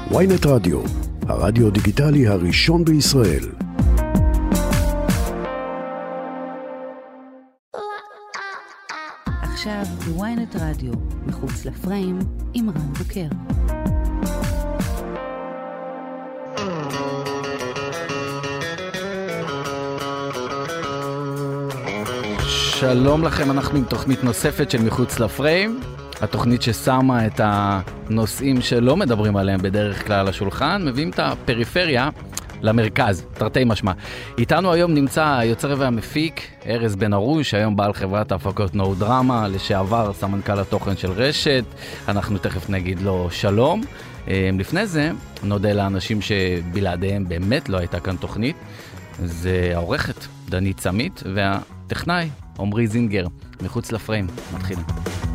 ynet רדיו, הרדיו דיגיטלי הראשון בישראל. עכשיו ב-ynet רדיו, מחוץ לפריים, עם רן בוקר. שלום לכם, אנחנו עם תוכנית נוספת של מחוץ לפריים, התוכנית ששמה את הנושאים שלא מדברים עליהם בדרך כלל לשולחן, מביאים את הפריפריה למרכז, תרתי משמע. איתנו היום נמצא היוצר והמפיק ארז בן ארוש, היום בעל חברת ההפקות נו דרמה, לשעבר סמנכ"ל התוכן של רשת, אנחנו תכף נגיד לו שלום. לפני זה נודה לאנשים שבלעדיהם באמת לא הייתה כאן תוכנית, זה העורכת דנית סמית והטכנאי עומרי זינגר. מחוץ לפריים, מתחילים.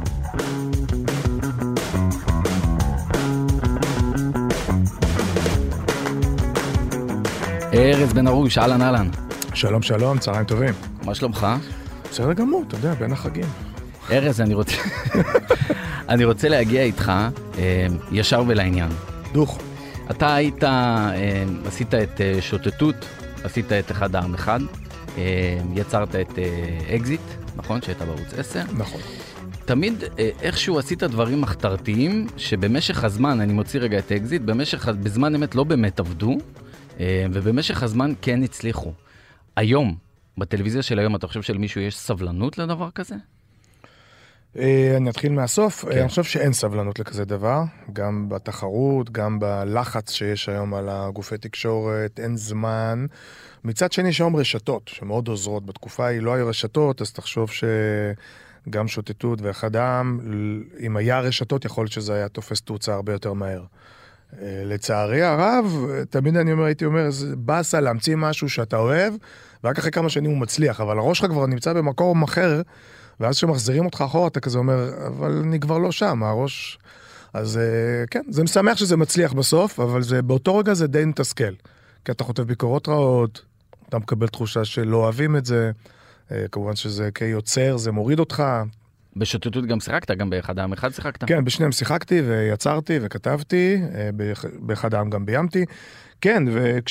ארז בן ארוש, אהלן אהלן. שלום שלום, צהריים טובים. מה שלומך? בסדר גמור, אתה יודע, בין החגים. ארז, אני רוצה להגיע איתך ישר ולעניין. דוך. אתה עשית את שוטטות, עשית את אחד העם אחד, יצרת את אקזיט, נכון? שהייתה בערוץ 10. נכון. תמיד איכשהו עשית דברים מחתרתיים, שבמשך הזמן, אני מוציא רגע את אקזיט, בזמן אמת לא באמת עבדו, ובמשך הזמן כן הצליחו. היום, בטלוויזיה של היום, אתה חושב שלמישהו יש סבלנות לדבר כזה? אני אתחיל מהסוף. אני חושב שאין סבלנות לכזה דבר, גם בתחרות, גם בלחץ שיש היום על הגופי תקשורת, אין זמן. מצד שני יש היום רשתות שמאוד עוזרות. בתקופה היא לא היו רשתות, אז תחשוב שגם שוטטות ואחד העם, אם היה רשתות, יכול להיות שזה היה תופס תאוצה הרבה יותר מהר. לצערי הרב, תמיד הייתי אומר, זה באסה להמציא משהו שאתה אוהב, ורק אחרי כמה שנים הוא מצליח, אבל הראש שלך כבר נמצא במקום אחר, ואז כשמחזירים אותך אחורה, אתה כזה אומר, אבל אני כבר לא שם, הראש... אז כן, זה משמח שזה מצליח בסוף, אבל באותו רגע זה די מתסכל. כי אתה כותב ביקורות רעות, אתה מקבל תחושה שלא אוהבים את זה, כמובן שזה כיוצר, זה מוריד אותך. בשוטטות גם שיחקת, גם באחד העם אחד שיחקת? כן, בשניהם שיחקתי ויצרתי וכתבתי, באחד העם גם ביימתי. כן,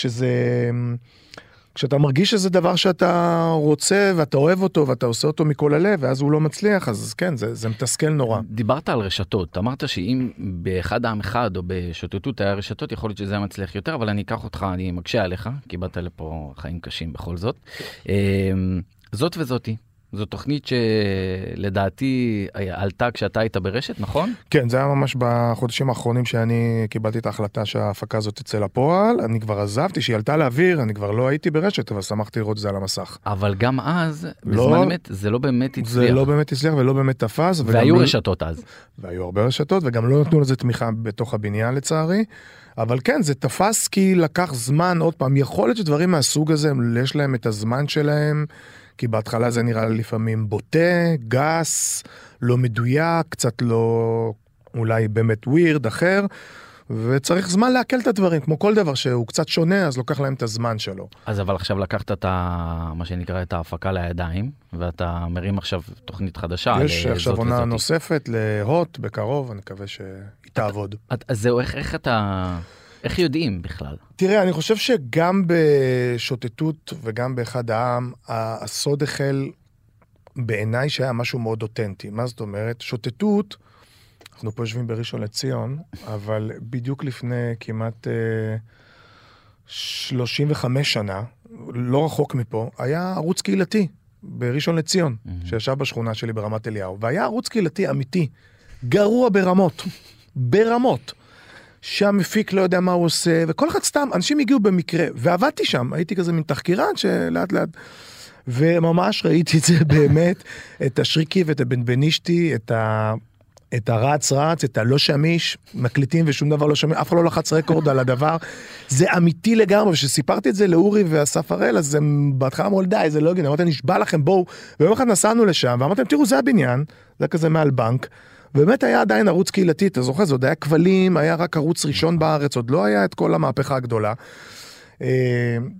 כשאתה מרגיש שזה דבר שאתה רוצה ואתה אוהב אותו ואתה עושה אותו מכל הלב, ואז הוא לא מצליח, אז כן, זה מתסכל נורא. דיברת על רשתות, אמרת שאם באחד העם אחד או בשוטטות היה רשתות, יכול להיות שזה היה מצליח יותר, אבל אני אקח אותך, אני מקשה עליך, כי באת לפה חיים קשים בכל זאת. זאת וזאתי. זו תוכנית שלדעתי עלתה כשאתה היית ברשת, נכון? כן, זה היה ממש בחודשים האחרונים שאני קיבלתי את ההחלטה שההפקה הזאת תצא לפועל, אני כבר עזבתי, שהיא עלתה לאוויר, אני כבר לא הייתי ברשת, אבל שמחתי לראות את זה על המסך. אבל גם אז, בזמן אמת, זה לא באמת הצליח. זה לא באמת הצליח ולא באמת תפס. והיו רשתות אז. והיו הרבה רשתות, וגם לא נתנו לזה תמיכה בתוך הבניין לצערי. אבל כן, זה תפס כי לקח זמן, עוד פעם, יכול להיות שדברים מהסוג הזה, יש להם את הזמן שלהם, כי בהתחלה זה נראה לפעמים בוטה, גס, לא מדויק, קצת לא, אולי באמת ווירד, אחר, וצריך זמן להקל את הדברים, כמו כל דבר שהוא קצת שונה, אז לוקח להם את הזמן שלו. אז אבל עכשיו לקחת את מה שנקרא את ההפקה לידיים, ואתה מרים עכשיו תוכנית חדשה. יש עכשיו עונה נוספת להוט בקרוב, אני מקווה שהיא תעבוד. אז זהו, איך יודעים בכלל? תראה, אני חושב שגם בשוטטות וגם באחד העם, הסוד החל בעיניי שהיה משהו מאוד אותנטי. מה זאת אומרת? שוטטות, אנחנו פה יושבים בראשון לציון, אבל בדיוק לפני כמעט 35 שנה, לא רחוק מפה, היה ערוץ קהילתי בראשון לציון, שישב בשכונה שלי ברמת אליהו, והיה ערוץ קהילתי אמיתי, גרוע ברמות. שהמפיק לא יודע מה הוא עושה, וכל אחד סתם, אנשים הגיעו במקרה, ועבדתי שם, הייתי כזה מן תחקירן שלאט לאט, וממש ראיתי את זה באמת, את השריקי ואת הבנבנישתי, את הרץ, את הלא שמיש, מקליטים ושום דבר לא שמיש, אף אחד לא לחץ רקורד על הדבר, זה אמיתי לגמרי, ושסיפרתי את זה לאורי ואסף הראל, אז הם בהתחלה אמרו, די, זה לא הגיוני, אמרתי, נשבע לכם, בואו, ויום אחד נסענו לשם, ואמרתם, תראו, זה הבניין, זה כזה מעל בנק, באמת היה עדיין ערוץ קהילתי, אתה זוכר, זה עוד היה כבלים, היה רק ערוץ ראשון בארץ, עוד לא היה את כל המהפכה הגדולה.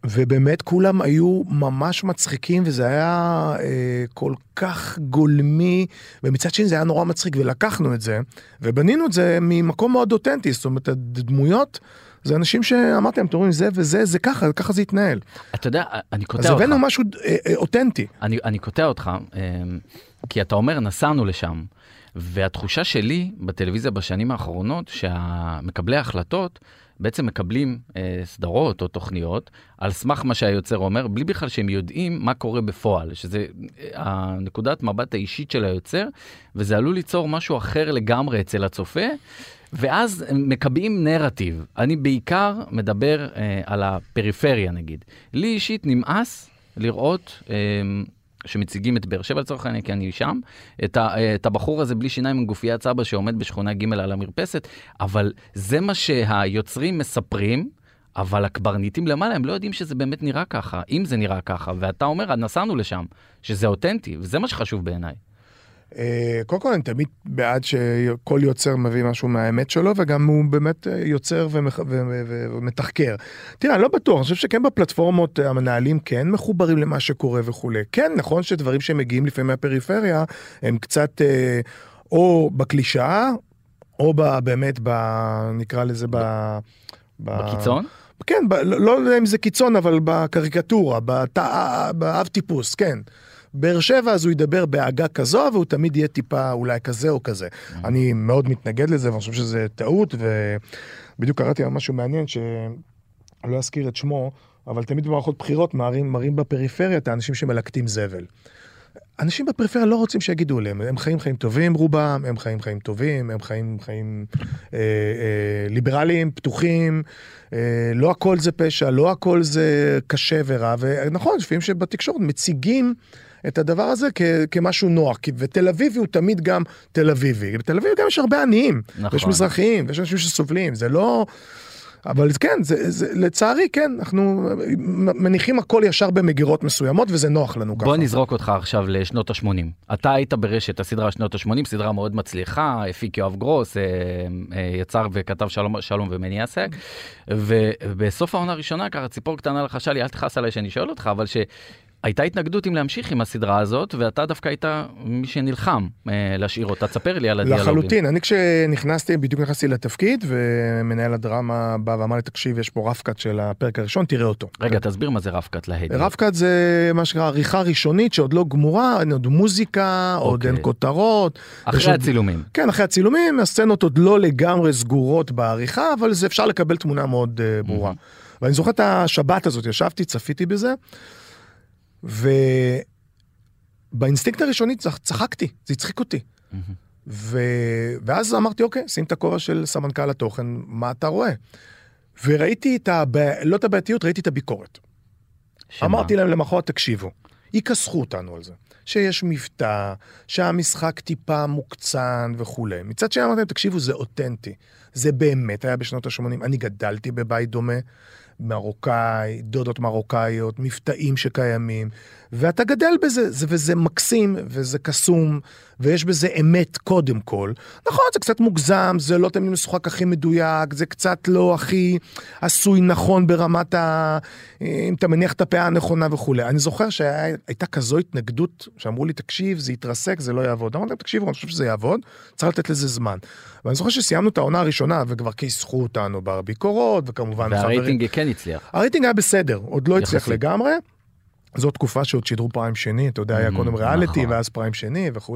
ובאמת כולם היו ממש מצחיקים, וזה היה כל כך גולמי, ומצד שני זה היה נורא מצחיק, ולקחנו את זה, ובנינו את זה ממקום מאוד אותנטי, זאת אומרת, הדמויות, זה אנשים שאמרתי להם, תראו, זה וזה, זה ככה, ככה זה יתנהל. אתה יודע, אני קוטע אותך. אותך. אז הבאנו משהו אותנטי. אני קוטע אותך, כי אתה אומר, נסענו לשם, והתחושה שלי בטלוויזיה בשנים האחרונות, שהמקבלי ההחלטות בעצם מקבלים סדרות או תוכניות, על סמך מה שהיוצר אומר, בלי בכלל שהם יודעים מה קורה בפועל, שזה הנקודת מבט האישית של היוצר, וזה עלול ליצור משהו אחר לגמרי אצל הצופה, ואז מקבעים נרטיב. אני בעיקר מדבר על הפריפריה נגיד. לי אישית נמאס לראות שמציגים את באר שבע לצורך העניין, כי אני שם, את הבחור הזה בלי שיניים עם גופיית סבא שעומד בשכונה ג' על המרפסת, אבל זה מה שהיוצרים מספרים, אבל הקברניטים למעלה, הם לא יודעים שזה באמת נראה ככה, אם זה נראה ככה, ואתה אומר, נסענו לשם, שזה אותנטי, וזה מה שחשוב בעיניי. קודם כל אני תמיד בעד שכל יוצר מביא משהו מהאמת שלו, וגם הוא באמת יוצר ומתחקר. תראה, אני לא בטוח, אני חושב שכן בפלטפורמות המנהלים כן מחוברים למה שקורה וכו'. כן, נכון שדברים שמגיעים לפעמים מהפריפריה, הם קצת או בקלישאה, או באמת, נקרא לזה בקיצון? כן, לא יודע אם זה קיצון, אבל בקריקטורה, באב טיפוס, כן. באר שבע אז הוא ידבר בהגה כזו, והוא תמיד יהיה טיפה אולי כזה או כזה. אני מאוד מתנגד לזה, ואני חושב שזה טעות, ובדיוק קראתי על משהו מעניין, שלא אזכיר את שמו, אבל תמיד במערכות בחירות מראים בפריפריה את האנשים שמלקטים זבל. אנשים בפריפריה לא רוצים שיגידו להם, הם חיים טובים רובם, הם חיים טובים, הם חיים ליברליים, פתוחים, לא הכל זה פשע, לא הכל זה קשה ורע, ונכון, לפעמים שבתקשורת מציגים את הדבר הזה כמשהו נוח, ותל אביבי הוא תמיד גם תל אביבי, בתל אביב גם יש הרבה עניים, נכון. יש מזרחיים, ויש אנשים שסובלים, זה לא... אבל כן, לצערי כן, אנחנו מניחים הכל ישר במגירות מסוימות, וזה נוח לנו ככה. בוא נזרוק אותך עכשיו לשנות ה-80. אתה היית ברשת, הסדרה שנות ה-80, סדרה מאוד מצליחה, הפיק יואב גרוס, יצר וכתב שלום ומני עסק, ובסוף העונה הראשונה, ככה ציפור קטנה לחשה לי, אל תכעס עליי שאני שואל אותך, אבל הייתה התנגדות עם להמשיך עם הסדרה הזאת, ואתה דווקא היית מי שנלחם להשאיר אותה. תספר לי על הדיאלוגים. לחלוטין. אני כשנכנסתי, בדיוק נכנסתי לתפקיד, ומנהל הדרמה בא ואמר לי, תקשיב, יש פה רפקת של הפרק הראשון, תראה אותו. רגע, תסביר מה זה רפקת להדי. רפקת זה מה שנקרא עריכה ראשונית, שעוד לא גמורה, אין עוד מוזיקה, עוד אין כותרות. אחרי הצילומים. כן, אחרי הצילומים, הסצנות עוד לא לגמרי סגורות בעריכה, אבל זה אפשר לקבל תמונה מאוד ברורה. ואני זוכר את השבת הזאת, ישבתי, צפיתי בזה, ובאינסטינקט הראשונית צחקתי, זה הצחיק אותי. ואז אמרתי, אוקיי, שים את הכובע של סמנכ"ל התוכן, מה אתה רואה? וראיתי לא את הבעייתיות, ראיתי את הביקורת. אמרתי להם למחרת, תקשיבו, יקסחו אותנו על זה, שיש מבטא, שהמשחק טיפה מוקצן וכו'. מצד שני אמרתי להם, תקשיבו, זה אותנטי. זה באמת היה בשנות ה-80. אני גדלתי בבית דומה, מרוקאי, דודות מרוקאיות, מבטאים שקיימים, ואתה גדל בזה, וזה מקסים, וזה קסום, ויש בזה אמת קודם כל. נכון, זה קצת מוגזם, זה לא תמיד משוחק הכי מדויק, זה קצת לא הכי עשוי נכון ברמת אם אתה מניח את הפעה הנכונה וכו'. אני זוכר שהייתה כזו התנגדות, שאמרו לי, תקשיב, זה יתרסק, זה לא יעבוד. אמרתי, תקשיבו, אני חושב שזה יעבוד, צריך לתת לזה זמן. ואני זוכר שסיימנו את העונה הראשונה, וכבר כיסחו אותנו בביקורות, וכמובן והרייטינג כן הצליח. הרייטינג היה בסדר, עוד לא הצליח לגמרי. זו תקופה שעוד שידרו פריים שני, אתה יודע, היה קודם ריאליטי, ואז פריים שני וכו'.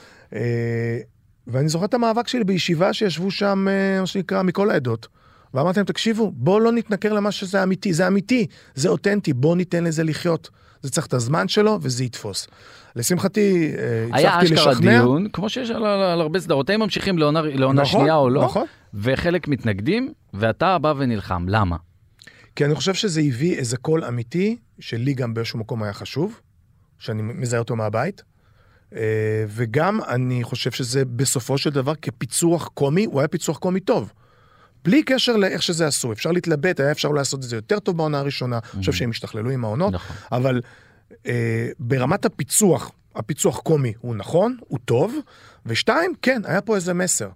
ואני זוכר את המאבק שלי בישיבה שישבו שם, מה שנקרא, מכל העדות. ואמרתי להם, תקשיבו, בואו לא נתנכר למה שזה אמיתי, זה אמיתי, זה אותנטי, בואו ניתן לזה לחיות. זה צריך את הזמן שלו, וזה יתפוס. לשמחתי, היה אשכרה דיון, כמו שיש על הרבה סדרות, הם ממשיכים לעונה שנייה או לא, וחלק מתנגדים, ואתה בא ונלחם. למה? כי אני חושב שזה הביא איזה קול אמיתי, שלי גם באיזשהו מקום היה חשוב, שאני מזהה אותו מהבית, וגם אני חושב שזה בסופו של דבר כפיצוח קומי, הוא היה פיצוח קומי טוב. בלי קשר לאיך שזה עשו, אפשר להתלבט, היה אפשר לעשות את זה יותר טוב בעונה הראשונה, אני חושב שהם השתכללו עם העונות, אבל ברמת הפיצוח קומי הוא נכון, הוא טוב, ושתיים, כן, היה פה איזה מסר.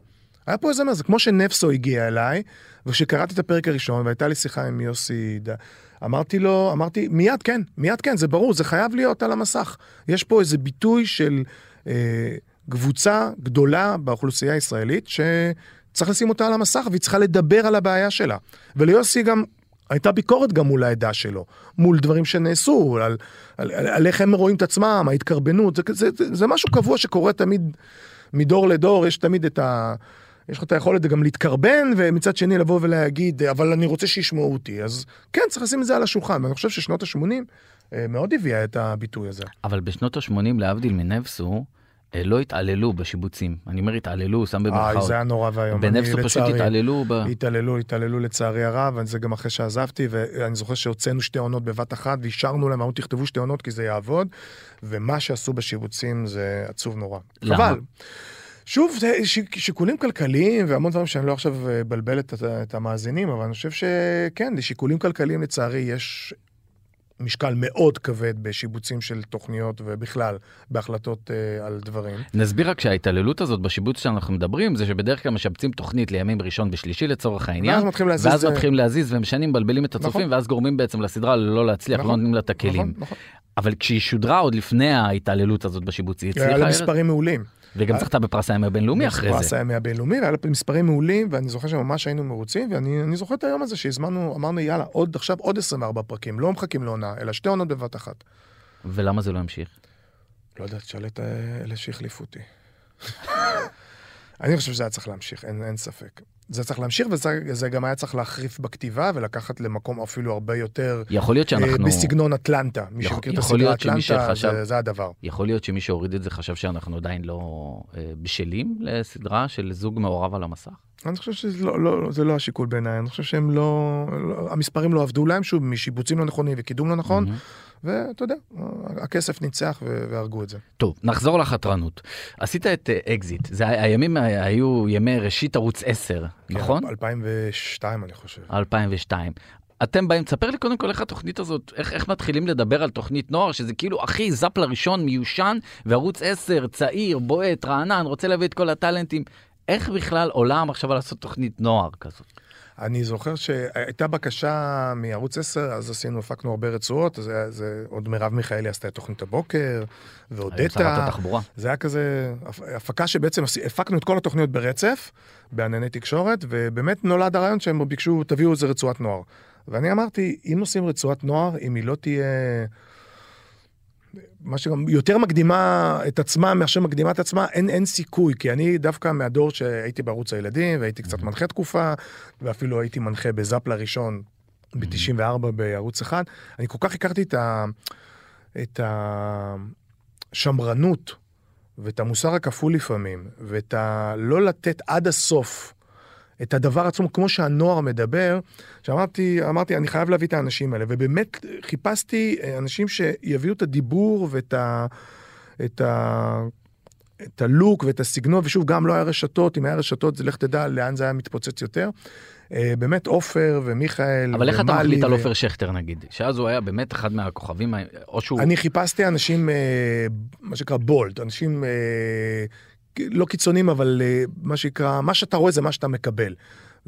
היה פה איזה, זה כמו שנפסו הגיע אליי, וכשקראתי את הפרק הראשון, והייתה לי שיחה עם יוסי, אמרתי, מיד כן, זה ברור, זה חייב להיות על המסך. יש פה איזה ביטוי של קבוצה גדולה באוכלוסייה הישראלית, שצריך לשים אותה על המסך, והיא צריכה לדבר על הבעיה שלה. וליוסי גם, הייתה ביקורת גם מול העדה שלו, מול דברים שנעשו, על איך הם רואים את עצמם, ההתקרבנות, זה משהו קבוע שקורה תמיד מדור לדור, יש תמיד יש לך את היכולת גם להתקרבן, ומצד שני לבוא ולהגיד, אבל אני רוצה שישמעו אותי. אז כן, צריך לשים את זה על השולחן, ואני חושב ששנות ה-80 מאוד הביאה את הביטוי הזה. אבל בשנות ה-80, להבדיל מנפסו, לא התעללו בשיבוצים. אני אומר, התעללו, שם במרכאות. זה היה נורא והיום. בנפסו פשוט התעללו. התעללו לצערי הרב, וזה גם אחרי שעזבתי, ואני זוכר שהוצאנו 2 עונות בבת אחת, ואישרנו להם, תכתבו 2 עונות כי זה יעבוד, ומה שעשו בשיבוצים זה עצוב נורא. חבל. שוב, זה שיקולים כלכליים, והמון דברים שאני לא עכשיו בלבל את המאזינים, אבל אני חושב שכן, לשיקולים כלכליים לצערי יש משקל מאוד כבד בשיבוצים של תוכניות ובכלל בהחלטות על דברים. נסביר רק שההתעללות הזאת בשיבוץ שאנחנו מדברים, זה שבדרך כלל משבצים תוכנית לימים ראשון ושלישי לצורך העניין, ואז מתחילים להזיז ומשנים, מבלבלים את הצופים, ואז גורמים בעצם לסדרה לא להצליח, לא נותנים לה את הכלים. אבל כשהיא שודרה עוד לפני ההתעללות הזאת בשיבוץ, היא הצליחה... היה מספרים מעולים. וגם זכתה בפרס הימי הבינלאומי אחרי זה. בפרס הימי הבינלאומי, והיה מספרים מעולים, ואני זוכר שממש היינו מרוצים, ואני זוכר את היום הזה שהזמנו, אמרנו, יאללה, עכשיו עוד 24 פרקים, לא מחכים לעונה, אלא 2 עונות בבת אחת. ולמה זה לא המשיך? לא יודעת, שאלה את אלה שהחליפו אותי. אני חושב שזה היה צריך להמשיך, אין ספק. זה צריך להמשיך, וזה גם היה צריך להחריף בכתיבה, ולקחת למקום אפילו הרבה יותר... יכול להיות שאנחנו... בסגנון אטלנטה. מי שמכיר את הסדרה אטלנטה, זה הדבר. יכול להיות שמי שהוריד את זה חשב שאנחנו עדיין לא בשלים לסדרה של זוג מעורב על המסך? אני חושב שזה לא השיקול בעיניי. אני חושב שהם לא... המספרים לא עבדו להם, שוב, משיבוצים לא נכונים וקידום לא נכון, ואתה יודע, הכסף ניצח והרגו את זה. טוב, נחזור לחתרנות. עשית את אקזיט. הימים היו ימי ראשית ערוץ 10, נכון? 2002, אני חושב. 2002. אתם באים, תספר לי קודם כל איך התוכנית הזאת, איך מתחילים לדבר על תוכנית נוער, שזה כאילו הכי זאפ לראשון מיושן, וערוץ 10, צעיר, בועט, רענן, רוצה להביא את כל הטלנטים. איך בכלל עולם עכשיו לעשות תוכנית נוער כזאת? אני זוכר שהייתה בקשה מערוץ 10, אז הפקנו הרבה רצועות, זה עוד מרב מיכאלי עשתה את תוכנית הבוקר, והודתה. זה היה כזה, הפקה שבעצם הפקנו את כל התוכניות ברצף, בענני תקשורת, ובאמת נולד הרעיון שהם ביקשו, תביאו איזה רצועת נוער. ואני אמרתי, אם עושים רצועת נוער, אם היא לא תהיה... מה שגם יותר מקדימה את עצמה מאשר מקדימה את עצמה, אין סיכוי, כי אני דווקא מהדור שהייתי בערוץ הילדים, והייתי קצת מנחה תקופה, ואפילו הייתי מנחה בזאפ לראשון, ב-94 בערוץ אחד, אני כל כך הכרתי את השמרנות, ואת המוסר הכפול לפעמים, ואת לא לתת עד הסוף, את הדבר עצמו, כמו שהנוער מדבר, שאמרתי, אני חייב להביא את האנשים האלה, ובאמת חיפשתי אנשים שיביאו את הדיבור ואת הלוק ואת הסגנון, ושוב, גם לא היה רשתות, אם היה רשתות, זה לך תדע לאן זה היה מתפוצץ יותר. באמת אופר ומיכאל אבל איך אתה מחליט על אופר שכטר נגיד? שאז הוא היה באמת אחד מהכוכבים, או שהוא... אני חיפשתי אנשים, מה שנקרא בולד, אנשים... לא קיצונים, אבל מה שיקרא, מה שאתה רואה זה מה שאתה מקבל.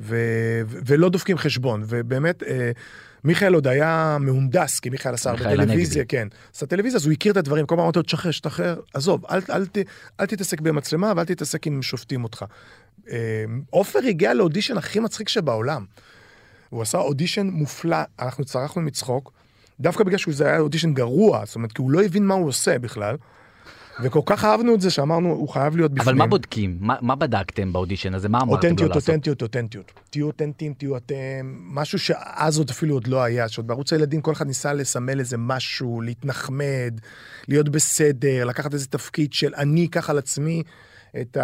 ולא דופקים חשבון. ובאמת, מיכאל עוד היה מהונדס, כי מיכאל עשה בטלוויזיה, כן. עשה טלוויזיה, אז הוא הכיר את הדברים, כל פעם אמרתי לו, תשחרר, עזוב, אל תתעסק במצלמה, ואל תתעסק אם שופטים אותך. אופר הגיע לאודישן הכי מצחיק שבעולם. הוא עשה אודישן מופלא, אנחנו צרחנו מצחוק, דווקא בגלל שזה היה אודישן גרוע, זאת אומרת, כי הוא לא הבין מה הוא עושה בכלל. וכל כך אהבנו את זה שאמרנו, הוא חייב להיות בפנים. אבל מה בודקים? מה בדקתם באודישן הזה? מה אמרתם לו לעשות? אותנטיות. תהיו אותנטיים, תהיו אתם. משהו שאז עוד אפילו עוד לא היה. שעוד בערוץ הילדים כל אחד ניסה לסמל איזה משהו, להתנחמד, להיות בסדר, לקחת איזה תפקיד של אני אקח על עצמי את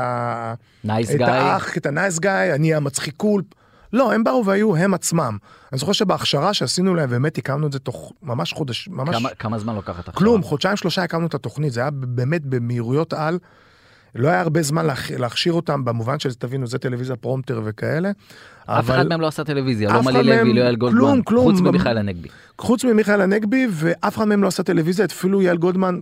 האח, את הנייס גאי, אני המצחיקול. לא, הם באו והיו הם עצמם. אני זוכר שבהכשרה שעשינו להם, באמת הקמנו את זה תוך ממש חודש, ממש... כמה זמן לוקחת הכשרה? כלום, 2-3 הקמנו את התוכנית, זה היה באמת במהירויות על, לא היה הרבה זמן להכשיר אותם, במובן של תבינו, זה טלוויזיה פרומטר וכאלה. אף אחד מהם לא עשה טלוויזיה, לא מלי לוי, לא יעל גולדמן, חוץ ממיכאל הנגבי. חוץ ממיכאל הנגבי, ואף אחד מהם לא עשה טלוויזיה, אפילו יעל גולדמן,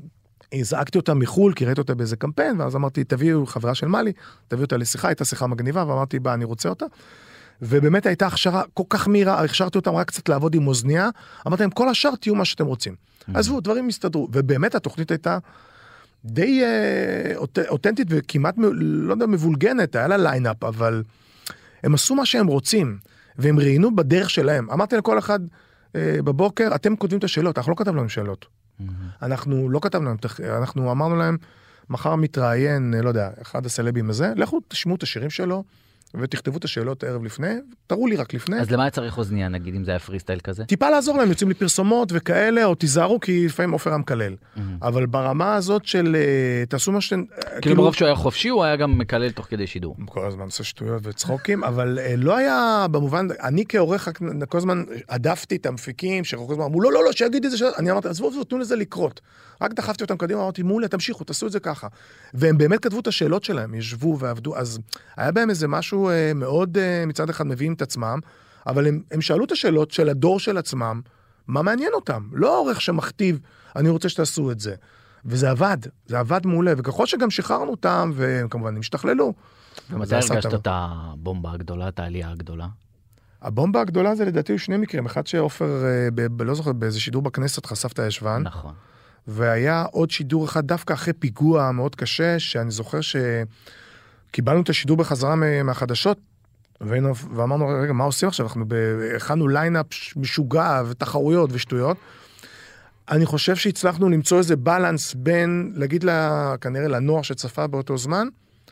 זעקתי אותה מחול, כי ראיתי אותה באיזה קמפיין, ואז אמרתי, תביאו חברה של מלי, תביאו אותה לשיחה, הייתה שיחה מגניבה, ואמרתי, בא, אני רוצה אותה. ובאמת הייתה הכשרה כל כך מהירה, הכשרתי אותם רק קצת לעבוד עם אוזניה, אמרתי להם, כל השאר תהיו מה שאתם רוצים. עזבו, דברים הסתדרו, ובאמת התוכנית הייתה די אותנטית וכמעט, לא יודע, מבולגנת, היה לה ליינאפ, אבל הם עשו מה שהם רוצים, והם ראיינו בדרך שלהם. אמרתי לכל אחד בבוקר, אתם כותבים את השאלות, אנחנו לא כתבנו להם שאלות. אנחנו לא כתבנו להם, אנחנו אמרנו להם, מחר מתראיין, לא יודע, אחד הסלבים הזה, לכו תשמעו את השירים שלו, ותכתבו את השאלות ערב לפני, תראו לי רק לפני. אז למה צריך אוזניה, נגיד, אם זה היה פרי סטייל כזה? טיפה לעזור להם, יוצאים לי פרסומות וכאלה, או תיזהרו, כי לפעמים אופר המקלל. אבל ברמה הזאת של, תעשו מה שאתם... כאילו ברוב שהוא היה חופשי, הוא היה גם מקלל תוך כדי שידור. כל הזמן עושה שטויות וצחוקים, אבל לא היה במובן, אני כעורך, כל הזמן עדפתי את המפיקים, שכל הזמן אמרו, לא, שיגיד את זה, אני אמרתי, עזבו, תנו לזה לקרות. רק דחפתי אותם קדימה, אמרתי, מולה, תמשיכו, תעשו את זה ככה. והם באמת כתבו את השאלות שלהם, ישבו ועבדו, אז היה בהם איזה משהו מאוד מצד אחד מביאים את עצמם, אבל הם שאלו את השאלות של הדור של עצמם, מה מעניין אותם? לא עורך שמכתיב, אני רוצה שתעשו את זה. וזה עבד מעולה, וככל שגם שחררנו אותם, וכמובן הם השתכללו. ומתי הרגשת את הבומבה הגדולה, את העלייה הגדולה? הבומבה הגדולה זה לדעתי שני מקרים, אחד שאופר, לא זוכר, באיזה שידור בכנסת חשף את הישבן. נכון. והיה עוד שידור אחד דווקא אחרי פיגוע מאוד קשה, שאני זוכר שקיבלנו את השידור בחזרה מהחדשות, ואמרנו, רגע, מה עושים עכשיו? אנחנו הכנו ליינאפ משוגע ותחרויות ושטויות. אני חושב שהצלחנו למצוא איזה בלנס בין, להגיד לה, כנראה לנוער שצפה באותו זמן,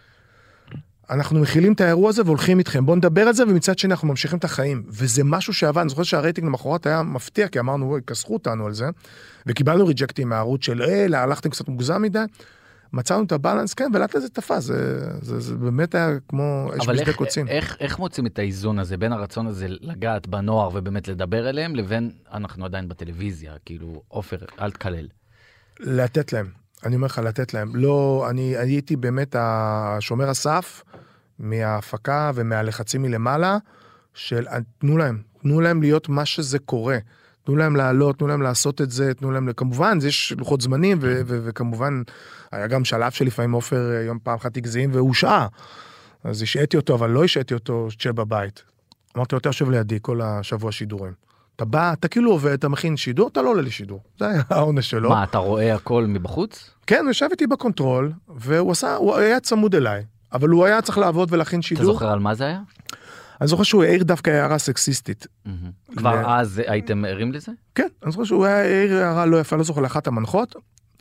אנחנו מכילים את האירוע הזה והולכים איתכם, בואו נדבר על זה, ומצד שני אנחנו ממשיכים את החיים, וזה משהו שעבד, אני זוכר שהרייטינג למחרת היה מפתיע, כי אמרנו, כסחו אותנו על זה, וקיבלנו ריג'קטים מהערוץ של, הלכתם קצת מוגזם מדי, מצאנו את הבלנס, כן, ולאט לזה תפס, זה באמת היה כמו אש בשדה קוצים. אבל איך מוצאים את האיזון הזה, בין הרצון הזה לגעת בנוער ובאמת לדבר אליהם, לבין אנחנו עדיין בטלוויזיה, כאילו, אופר, אל תקלל. לתת להם, אני אומר לך, לתת להם. לא, אני הייתי באמת השומר הסף, מההפקה ומהלחצים מלמעלה, של תנו להם להיות מה שזה קורה. תנו להם לעלות, תנו להם לעשות את זה, תנו להם, כמובן, יש לוחות זמנים, וכמובן, היה גם שלב שלפעמים אופר יום פעם אחת הגזים, והוא שעה. אז השעתי אותו, אבל לא השעתי אותו שבבית. אמרתי לו, אתה יושב לידי כל השבוע שידורים. אתה בא, אתה כאילו עובד, אתה מכין שידור, אתה לא עולה לשידור. זה היה העונש שלו. מה, אתה רואה הכל מבחוץ? כן, הוא ישב איתי בקונטרול, הוא היה צמוד אליי, אבל הוא היה צריך לעבוד ולהכין שידור. אתה זוכר על מה זה היה? אני זוכר שהוא העיר דווקא הערה סקסיסטית. כבר אז הייתם ערים לזה? כן, אני זוכר שהוא העיר הערה לא יפה, לא זוכר לאחת המנחות.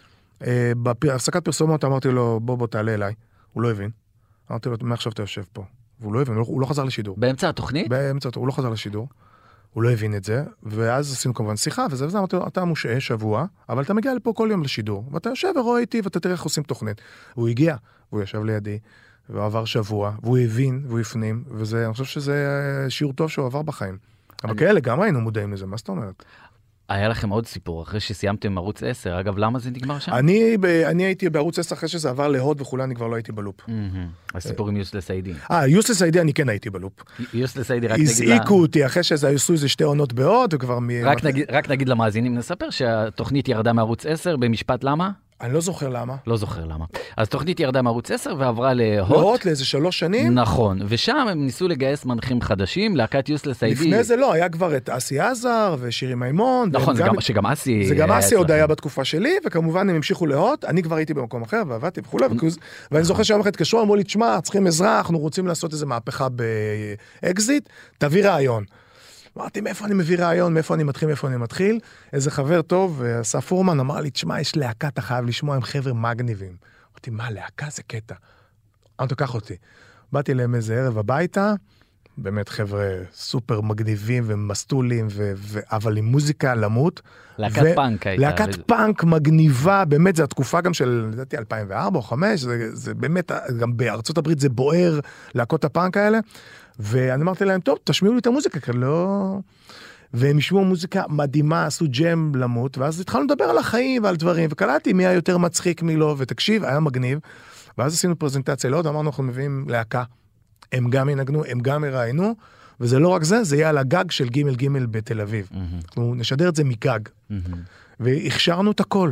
בהפסקת פרסומות אמרתי לו, בוא תעלה אליי. הוא לא הבין. אמרתי לו, מה עכשיו אתה יושב פה? והוא לא הבין, הוא לא חזר לשידור. באמצע התוכנית? באמצע, הוא לא חזר לשידור. הוא לא הבין את זה, ואז עשינו כמובן שיחה, וזה אמרתי לו, אתה מושעה שבוע, אבל אתה מגיע לפה כל יום לשידור, ואתה יושב ורואה איתי, ואתה תראה איך עושים תוכנית. הוא הגיע, והוא ישב לידי, והוא עבר שבוע, והוא הבין, והוא הפנים, וזה, אני חושב שזה שיעור טוב שהוא עבר בחיים. אבל כאלה, גם היינו מודעים לזה, מה זאת אומרת? היה לכם עוד סיפור, אחרי שסיימתם ערוץ 10, אגב, למה זה נגמר שם? אני הייתי בערוץ 10 אחרי שזה עבר להוד וכולי, אני כבר לא הייתי בלופ. הסיפור עם יוסלס איידי. יוסלס איידי אני כן הייתי בלופ. יוסלס איידי, רק נגיד הזעיקו אותי אחרי שזה עשו איזה 2 עונות בהוד, וכבר רק נגיד למאזינים, נספר שהתוכנית ירדה מערוץ 10, במשפט למה? אני לא זוכר למה. לא זוכר למה. אז תוכנית ירדה מערוץ 10 ועברה להוט. להוט לאיזה 3 שנים. נכון, ושם הם ניסו לגייס מנחים חדשים, להקת יוסלס איידי. לפני זה לא, היה כבר את אסי עזר ושירי מימון. נכון, שגם אסי... זה גם אסי עוד היה בתקופה שלי, וכמובן הם המשיכו להוט, אני כבר הייתי במקום אחר, ועבדתי וכו', ואני זוכר שהיום אחת התקשרו, אמרו לי, תשמע, צריכים עזרה, אנחנו רוצים לעשות איזה מהפכה באקזיט, תביא רעיון. אמרתי, מאיפה אני מביא רעיון, מאיפה אני מתחיל, איזה חבר טוב, אסף פורמן, אמר לי, תשמע, יש להקה, אתה חייב לשמוע, הם חבר'ה מגניבים. אמרתי, מה, להקה זה קטע? אמרתי, קח אותי. באתי להם איזה ערב הביתה, באמת חבר'ה סופר מגניבים ומסטולים, אבל עם מוזיקה למות. להקת פאנק הייתה. להקת פאנק מגניבה, באמת, זו התקופה גם של, לדעתי, 2004 או 2005, זה באמת, גם בארצות הברית זה בוער, להקות הפאנק האלה. ואני אמרתי להם, טוב, תשמיעו לי את המוזיקה, כי לא... והם ישמעו מוזיקה מדהימה, עשו ג'ם למות, ואז התחלנו לדבר על החיים ועל דברים, וקלטתי מי היה יותר מצחיק מי לא, ותקשיב, היה מגניב, ואז עשינו פרזנטציה לעוד, אמרנו, אנחנו מביאים להקה, הם גם ינגנו, הם גם יראיינו, וזה לא רק זה, זה יהיה על הגג של ג' בתל אביב. אנחנו נשדר את זה מגג. והכשרנו את הכל.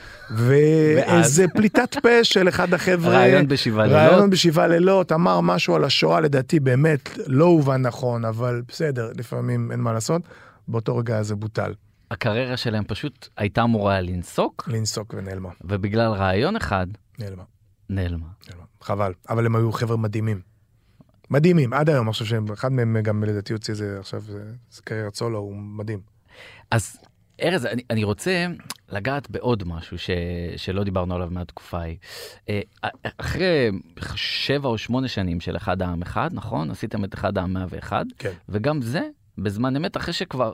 ואיזה פליטת פה של אחד החבר'ה, רעיון בשבעה לילות, אמר משהו על השואה, לדעתי באמת לא הובן נכון, אבל בסדר, לפעמים אין מה לעשות, באותו רגע זה בוטל. הקריירה שלהם פשוט הייתה אמורה לנסוק ונעלמה. ובגלל רעיון אחד, נעלמה. חבל, אבל הם היו חבר'ה מדהימים, עד היום, אני חושב שאחד מהם גם לדעתי יוצא זה עכשיו, זה קריירת סולו, הוא מדהים. אז ארז, אני רוצה לגעת בעוד משהו שלא דיברנו עליו מהתקופה ההיא. אחרי 7 או 8 שנים של אחד העם אחד, נכון? עשיתם את אחד העם 101, כן. וגם זה, בזמן אמת, אחרי שכבר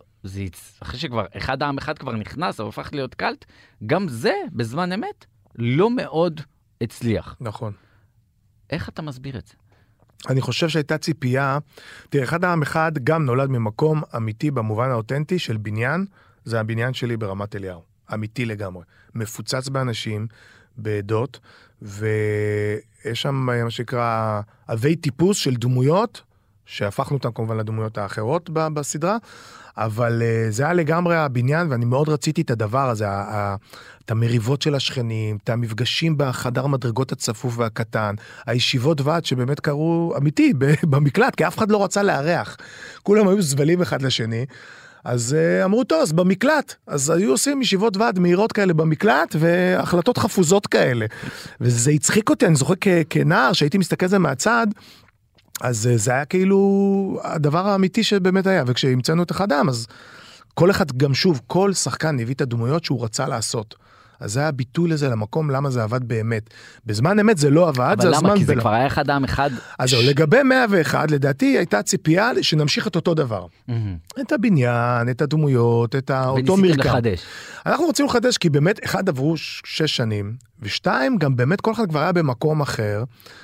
אחד העם אחד כבר נכנס, או הפך להיות קלט, גם זה, בזמן אמת, לא מאוד הצליח. נכון. איך אתה מסביר את זה? אני חושב שהייתה ציפייה, תראה, אחד העם אחד גם נולד ממקום אמיתי במובן האותנטי של בניין, זה הבניין שלי ברמת אליהו, אמיתי לגמרי, מפוצץ באנשים, בעדות, ויש שם מה שנקרא אבי טיפוס של דמויות, שהפכנו אותם כמובן לדמויות האחרות בסדרה, אבל זה היה לגמרי הבניין, ואני מאוד רציתי את הדבר הזה, את המריבות של השכנים, את המפגשים בחדר מדרגות הצפוף והקטן, הישיבות ועד שבאמת קרו אמיתי במקלט, כי אף אחד לא רצה לארח. כולם היו זבלים אחד לשני, אז אמרו טוב, אז במקלט, אז היו עושים ישיבות ועד מהירות כאלה במקלט, והחלטות חפוזות כאלה. וזה הצחיק אותי, אני זוכר כנער, שהייתי מסתכל זה מהצד, אז זה היה כאילו הדבר האמיתי שבאמת היה, וכשהמצאנו את אחד העם, אז כל אחד גם שוב, כל שחקן הביא את הדמויות שהוא רצה לעשות. אז זה היה ביטוי לזה למקום, למה זה עבד באמת. בזמן אמת זה לא עבד, זה הזמן... אבל למה? כי זה כבר היה אחד העם אחד... אז זהו, לגבי 101, לדעתי הייתה ציפייה שנמשיך את אותו דבר. את הבניין, את הדמויות, את אותו מרקם. וניסיתם לחדש. אנחנו רוצים לחדש, כי באמת, אחד עברו 6 שנים, ו2, גם באמת כל אחד כבר היה במקום אחר,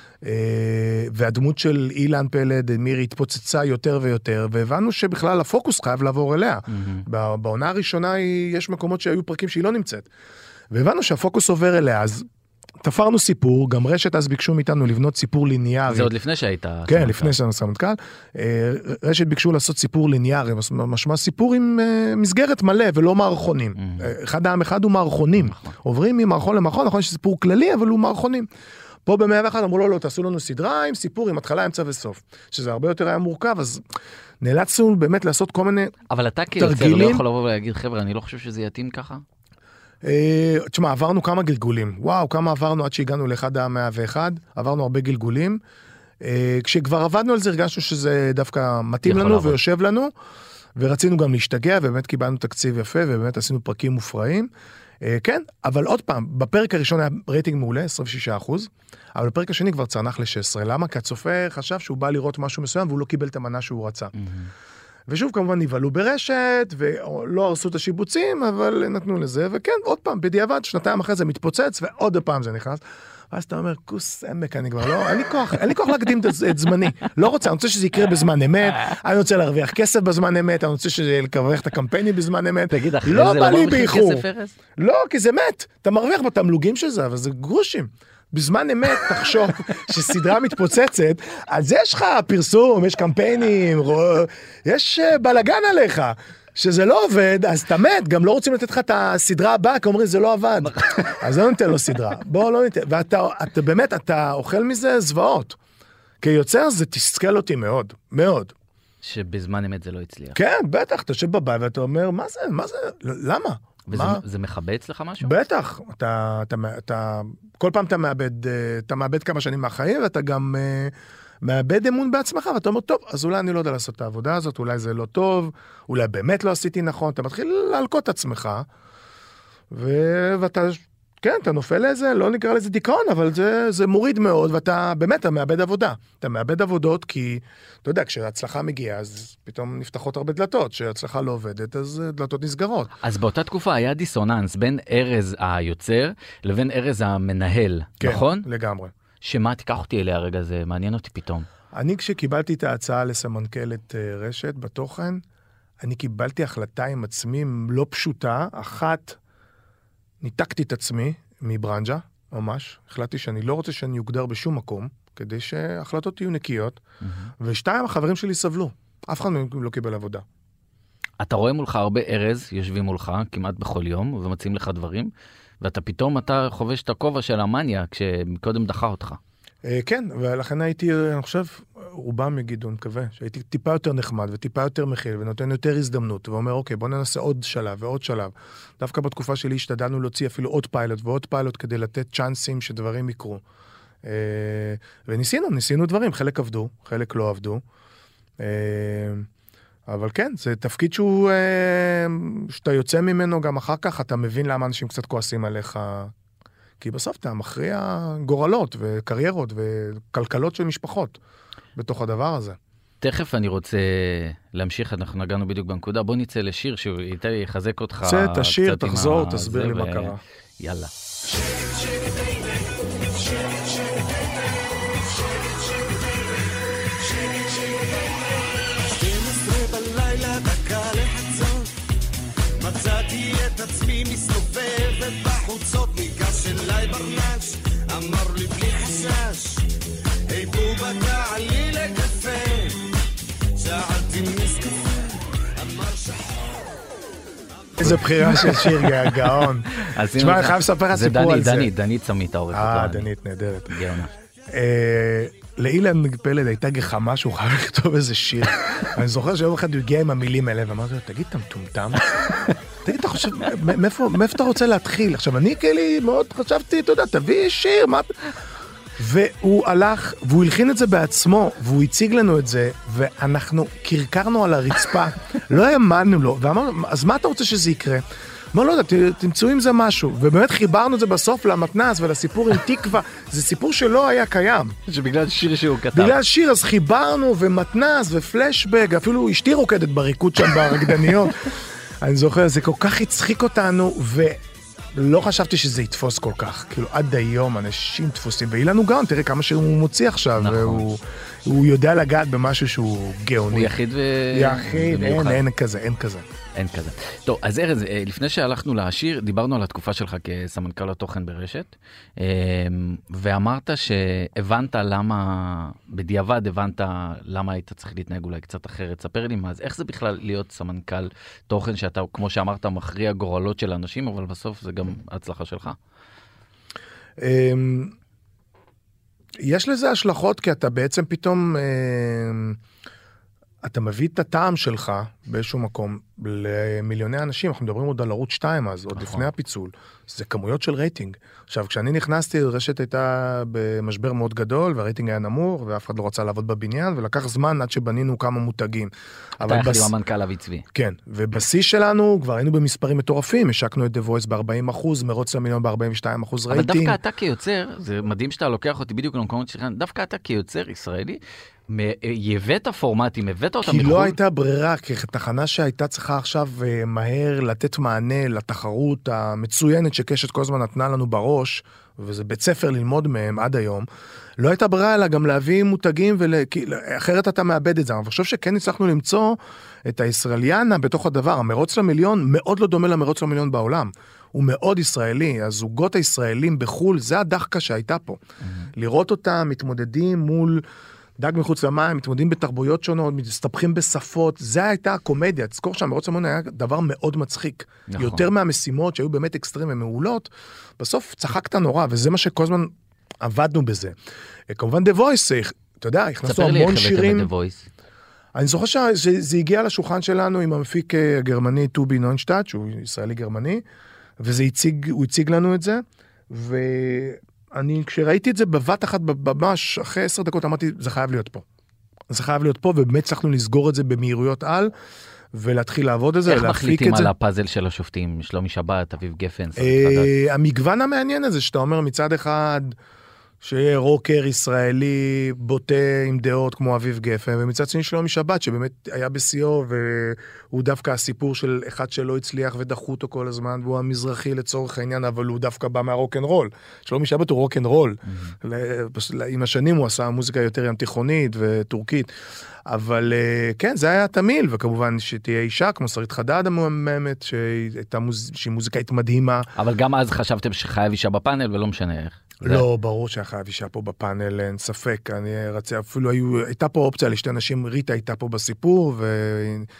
והדמות של אילן פלד, מירי, התפוצצה יותר ויותר, והבנו שבכלל הפוקוס חייב לעבור אליה. בעונה הראשונה יש מקומות שהיו פרקים שהיא לא נמצאת. והבנו שהפוקוס עובר אליה, אז תפרנו סיפור, גם רשת אז ביקשו מאיתנו לבנות סיפור ליניארי. זה עוד לפני שהיית... כן, לפני שהיינו סמנכ"ל. רשת ביקשו לעשות סיפור ליניארי, משמע סיפור עם מסגרת מלא ולא מערכונים. אחד העם אחד הוא מערכונים. עוברים ממערכון למערכון, נכון שסיפור כללי, אבל הוא מערכונים. פה ב-101 אמרו לו, לא, תעשו לנו סדרה עם סיפור, עם התחלה, אמצע וסוף. שזה הרבה יותר היה מורכב, אז נאלצנו באמת לעשות כל מיני תרגילים. אבל אתה כיוצר לא יכול לבוא ולהגיד, חבר'ה, אני לא חושב שזה יתאים ככה? תשמע, עברנו כמה גלגולים. וואו, כמה עברנו עד שהגענו לאחד העם 101. עברנו הרבה גלגולים. כשכבר עבדנו על זה, הרגשנו שזה דווקא מתאים לנו ויושב לנו, ורצינו גם להשתגע, ובאמת קיבלנו תקציב יפה, ובאמת עשינו פרקים מופרעים. כן, אבל עוד פעם, בפרק הראשון היה רייטינג מעולה, 26%, אבל בפרק השני כבר צנח ל-16. למה? כי הצופה חשב שהוא בא לראות משהו מסוים, והוא לא קיבל את המנה שהוא רצה. ושוב, כמובן, נבלו ברשת, ולא הרסו את השיבוצים, אבל נתנו לזה, וכן, עוד פעם, בדיעבד, 2 אחרי זה מתפוצץ, ועוד פעם זה נכנס. ואז אתה אומר, כוס עמק, אני כבר לא, אין לי כוח להקדים את זמני. לא רוצה, אני רוצה שזה יקרה בזמן אמת, אני רוצה להרוויח כסף בזמן אמת, אני רוצה להרוויח את הקמפיינים בזמן אמת. תגיד, אחרי זה לא מרוויחים כסף, ארז? לא, כי זה מת. אתה מרוויח בתמלוגים של זה, אבל זה גרושים. בזמן אמת תחשוב שסדרה מתפוצצת, אז יש לך פרסום, יש קמפיינים, יש בלגן עליך. שזה לא עובד, אז אתה מת, גם לא רוצים לתת לך את הסדרה הבאה, כי אומרים, זה לא עבד. אז לא ניתן לו סדרה. בוא, לא ניתן. ואתה באמת, אתה אוכל מזה זוועות. כיוצר זה תסכל אותי מאוד, מאוד. שבזמן אמת זה לא הצליח. כן, בטח, אתה יושב בבית ואתה אומר, מה זה? למה? וזה מכבה אצלך משהו? בטח. כל פעם אתה מאבד כמה שנים מהחיים, ואתה גם... מאבד אמון בעצמך, ואתה אומר, טוב, אז אולי אני לא יודע לעשות את העבודה הזאת, אולי זה לא טוב, אולי באמת לא עשיתי נכון, אתה מתחיל להלקות את עצמך, ואתה, כן, אתה נופל לזה, לא נקרא לזה דיכאון, אבל זה מוריד מאוד, ואתה באמת, אתה מאבד עבודה. אתה מאבד עבודות, כי, אתה יודע, כשההצלחה מגיעה, אז פתאום נפתחות הרבה דלתות, כשההצלחה לא עובדת, אז דלתות נסגרות. אז באותה תקופה היה דיסוננס בין ארז היוצר, לבין ארז המנהל, כן, נכון? כן, לגמרי. שמה תיקח אותי אליה רגע, זה מעניין אותי פתאום. אני כשקיבלתי את ההצעה לסמנכ"לת רשת בתוכן, אני קיבלתי החלטה עם עצמי לא פשוטה, אחת, ניתקתי את עצמי מברנג'ה, ממש, החלטתי שאני לא רוצה שאני יוגדר בשום מקום, כדי שההחלטות יהיו נקיות, ושתיים, החברים שלי סבלו, אף אחד לא קיבל עבודה. אתה רואה מולך הרבה ארז, יושבים מולך כמעט בכל יום, ומציעים לך דברים, ואתה פתאום, אתה חובש את הכובע של המניה, כשקודם דחה אותך. כן, ולכן הייתי, אני חושב, רובם יגידו, אני מקווה, שהייתי טיפה יותר נחמד וטיפה יותר מכיל ונותן יותר הזדמנות, ואומר, אוקיי, בוא ננסה עוד שלב ועוד שלב. דווקא בתקופה שלי השתדלנו להוציא אפילו עוד פיילוט ועוד פיילוט כדי לתת צ'אנסים שדברים יקרו. וניסינו דברים, חלק עבדו, חלק לא עבדו. אבל כן, זה תפקיד שאתה יוצא ממנו גם אחר כך, אתה מבין למה אנשים קצת כועסים עליך, כי בסוף אתה מכריע גורלות וקריירות וכלכלות של משפחות בתוך הדבר הזה. תכף אני רוצה להמשיך, אנחנו נגענו בדיוק בנקודה, בוא נצא לשיר שיחזק אותך. צא, תשיר, תחזור, תסביר לי מה קרה. יאללה. מצאתי את עצמי מסתובבת בחוצות, ניגש אליי ברנש, אמר לי בלי חשש, היי בובה תעלי לקפה, שאלתי מסקפה, אמר שחור. איזה בחירה של שיר גאון. תשמע, אני חייב לספר לך סיפור על זה. דנית צמית העורכת. דנית נהדרת. גאונה. לאילן פלד הייתה גחמה שהוא חייב לכתוב איזה שיר. אני זוכר שיום אחד הוא הגיע עם המילים האלה, ואמרתי לו, תגיד, אתה מטומטם? תגיד, אתה חושב, מאיפה אתה רוצה להתחיל? עכשיו, אני כאילו מאוד חשבתי, אתה יודע, תביא שיר, מה... והוא הלך, והוא הלחין את זה בעצמו, והוא הציג לנו את זה, ואנחנו קרקרנו על הרצפה, לא האמנו לו, ואמרנו, אז מה אתה רוצה שזה יקרה? מה לא יודע, תמצאו עם זה משהו, ובאמת חיברנו את זה בסוף למתנס ולסיפור עם תקווה, זה סיפור שלא היה קיים. שבגלל שיר שהוא כתב. בגלל שיר, אז חיברנו ומתנס ופלשבק, אפילו אשתי רוקדת בריקוד שם ברקדניות. אני זוכר, זה כל כך הצחיק אותנו, ולא חשבתי שזה יתפוס כל כך. כאילו, עד היום אנשים תפוסים, ואילן גאון, תראה כמה שהוא מוציא עכשיו, נכון. הוא יודע לגעת במשהו שהוא גאוני. הוא יחיד יחיד, אין כזה. אין כזה. טוב, אז ארז, לפני שהלכנו לשיר, דיברנו על התקופה שלך כסמנכ"ל התוכן ברשת, ואמרת שהבנת למה, בדיעבד הבנת למה היית צריך להתנהג אולי קצת אחרת. ספר לי מה, אז איך זה בכלל להיות סמנכ"ל תוכן שאתה, כמו שאמרת, מכריע גורלות של אנשים, אבל בסוף זה גם ההצלחה שלך? יש לזה השלכות, כי אתה בעצם פתאום... אתה מביא את הטעם שלך באיזשהו מקום למיליוני אנשים, אנחנו מדברים עוד על ערוץ 2 אז, עוד לפני הפיצול, זה כמויות של רייטינג. עכשיו, כשאני נכנסתי, רשת הייתה במשבר מאוד גדול, והרייטינג היה נמוך, ואף אחד לא רצה לעבוד בבניין, ולקח זמן עד שבנינו כמה מותגים. אתה יחד עם המנכ"ל אבי צבי. כן, ובשיא שלנו כבר היינו במספרים מטורפים, השקנו את The Voice ב-40%, מרוץ למיליון ב-42% רייטינג. אבל דווקא אתה כיוצר, זה מדהים שאתה לוקח אותי בדיוק למקומות שלך, דווקא אתה כיוצר ישראלי, הבאת פורמטים, הבאת אותם כי לא הייתה ברירה, כתחנה שהייתה צריכה עכשיו מהר לתת מענה לתחרות המצוינת שקשת כל הזמן נתנה לנו בראש, וזה בית ספר ללמוד מהם עד היום, לא הייתה ברירה אלא גם להביא מותגים, אחרת אתה מאבד את זה. אני חושב שכן הצלחנו למצוא את הישראליאנה בתוך הדבר. המרוץ למיליון מאוד לא דומה למרוץ למיליון בעולם. הוא מאוד ישראלי, הזוגות הישראלים בחול, זה הדחקה שהייתה פה. לראות אותם מתמודדים מול... דג מחוץ למים, מתמודדים בתרבויות שונות, מסתבכים בשפות, זה הייתה הקומדיה, תזכור שהמרוץ למיליון היה דבר מאוד מצחיק, נכון. יותר מהמשימות שהיו באמת אקסטרים ומעולות, בסוף צחקת נורא, וזה מה שכל הזמן עבדנו בזה. כמובן The Voice, אתה יודע, הכנסנו המון שירים. ספר לי איך הבאתם את The Voice. אני זוכר שזה הגיע לשולחן שלנו עם המפיק הגרמני טובי נוינשטאט, שהוא ישראלי גרמני, הוא הציג לנו את זה, אני, כשראיתי את זה בבת אחת, ממש אחרי 10 דקות, אמרתי, זה חייב להיות פה. זה חייב להיות פה, ובאמת צריכנו לסגור את זה במהירויות על, ולהתחיל לעבוד את זה, איך מחליטים על הפאזל של השופטים, שלומי שבת, אביב גפן? המגוון המעניין הזה, שאתה אומר מצד אחד, שיהיה רוקר ישראלי בוטה עם דעות כמו אביב גפן, ומצד שני שלומי שבת, שבאמת היה בשיאו, והוא דווקא הסיפור של אחד שלא הצליח ודחו אותו כל הזמן, והוא המזרחי לצורך העניין, אבל הוא דווקא בא מהרוק'נ'רול. שלומי שבת הוא רוק'נ'רול. עם השנים הוא עשה מוזיקה יותר ים תיכונית וטורקית. אבל כן, זה היה תמיל, וכמובן שתהיה אישה כמו שרית חדד המהממת, שהיא מוזיקאית מדהימה. אבל גם אז חשבתם שחייב אישה בפאנל, ולא משנה איך. לא, ברור שחייב אישה פה בפאנל, אין ספק. אני רצה, אפילו הייתה פה אופציה לשתי אנשים, ריטה הייתה פה בסיפור,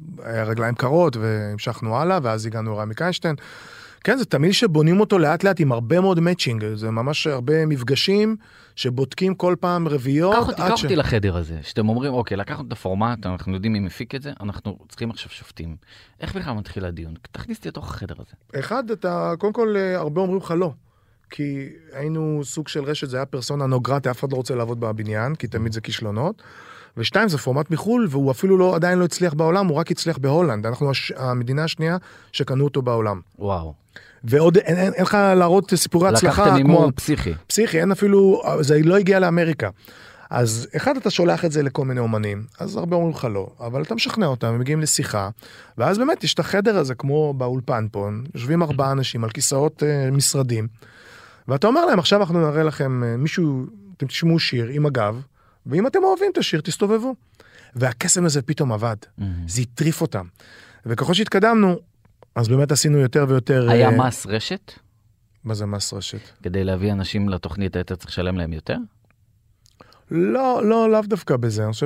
רגליים קרות, והמשכנו הלאה, ואז הגענו רמי קיינשטיין. כן, זה תמיד שבונים אותו לאט לאט עם הרבה מאוד מאצ'ינג, זה ממש הרבה מפגשים שבודקים כל פעם רביעיות. קח אותי לחדר הזה, שאתם אומרים, אוקיי, לקחנו את הפורמט, אנחנו יודעים מי מפיק את זה, אנחנו צריכים עכשיו שופטים. איך בכלל מתחיל הדיון? תכניס אותי לתוך החדר הזה. אחד, קודם כל, הרבה אומרים לך לא. כי היינו סוג של רשת, זה היה פרסונה נוגרטה, אף אחד לא רוצה לעבוד בבניין, כי תמיד זה כישלונות. ושתיים, זה פורמט מחול, והוא אפילו עדיין לא הצליח בעולם, הוא רק הצליח בהולנד. אנחנו המדינה השנייה שקנו אותו בעולם. וואו. ועוד אין לך להראות סיפורי הצלחה. לקחתם הימור פסיכי. פסיכי, אין אפילו, זה לא הגיע לאמריקה. אז אחד, אתה שולח את זה לכל מיני אומנים, אז הרבה אומרים לך לא, אבל אתה משכנע אותם, הם מגיעים לשיחה, ואז באמת יש את החדר הזה, כמו באולפן פה, יושבים 4 אנשים על כיסאות משרדים, ואתה אומר להם, עכשיו אנחנו נראה לכם מישהו, אתם תשמעו שיר עם הגב, ואם אתם אוהבים את השיר, תסתובבו. והקסם הזה פתאום עבד, זה יטריף אותם. וככל שהתקדמנו, אז באמת עשינו יותר ויותר... היה מס רשת? מה זה מס רשת? כדי להביא אנשים לתוכנית, היית צריך לשלם להם יותר? לא, לאו דווקא בזה. אני חושב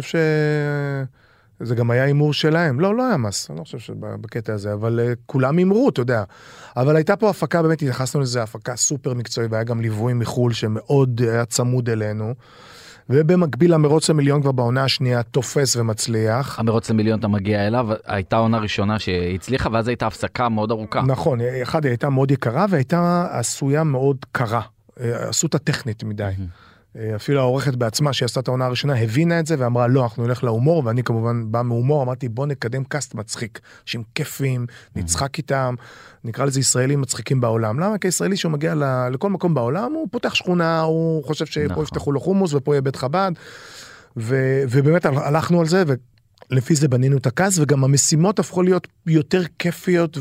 שזה גם היה אימור שלהם. לא היה מס. אני לא חושב שבקטע הזה, אבל כולם אימרו, אתה יודע. אבל הייתה פה הפקה, באמת התייחסנו לזה, הפקה סופר מקצועית, והיה גם ליווי מחול שמאוד היה צמוד אלינו. ובמקביל המרוץ למיליון כבר בעונה השנייה תופס ומצליח. המרוץ למיליון אתה מגיע אליו, הייתה עונה ראשונה שהצליחה, ואז הייתה הפסקה מאוד ארוכה. נכון, אחד היא הייתה מאוד יקרה, והייתה עשויה מאוד קרה. עשו אותה טכנית מדי. אפילו העורכת בעצמה שעשתה את העונה הראשונה הבינה את זה ואמרה לא, אנחנו נלך להומור, ואני כמובן בא מהומור, אמרתי בוא נקדם קאסט מצחיק, שהם כיפים, נצחק איתם, נקרא לזה ישראלים מצחיקים בעולם. למה? כי ישראלי שהוא מגיע לכל מקום בעולם, הוא פותח שכונה, הוא חושב שפה יפתחו לו חומוס ופה יהיה בית חב"ד, ובאמת הלכנו על זה, ולפי זה בנינו את הקאסט, וגם המשימות הפכו להיות יותר כיפיות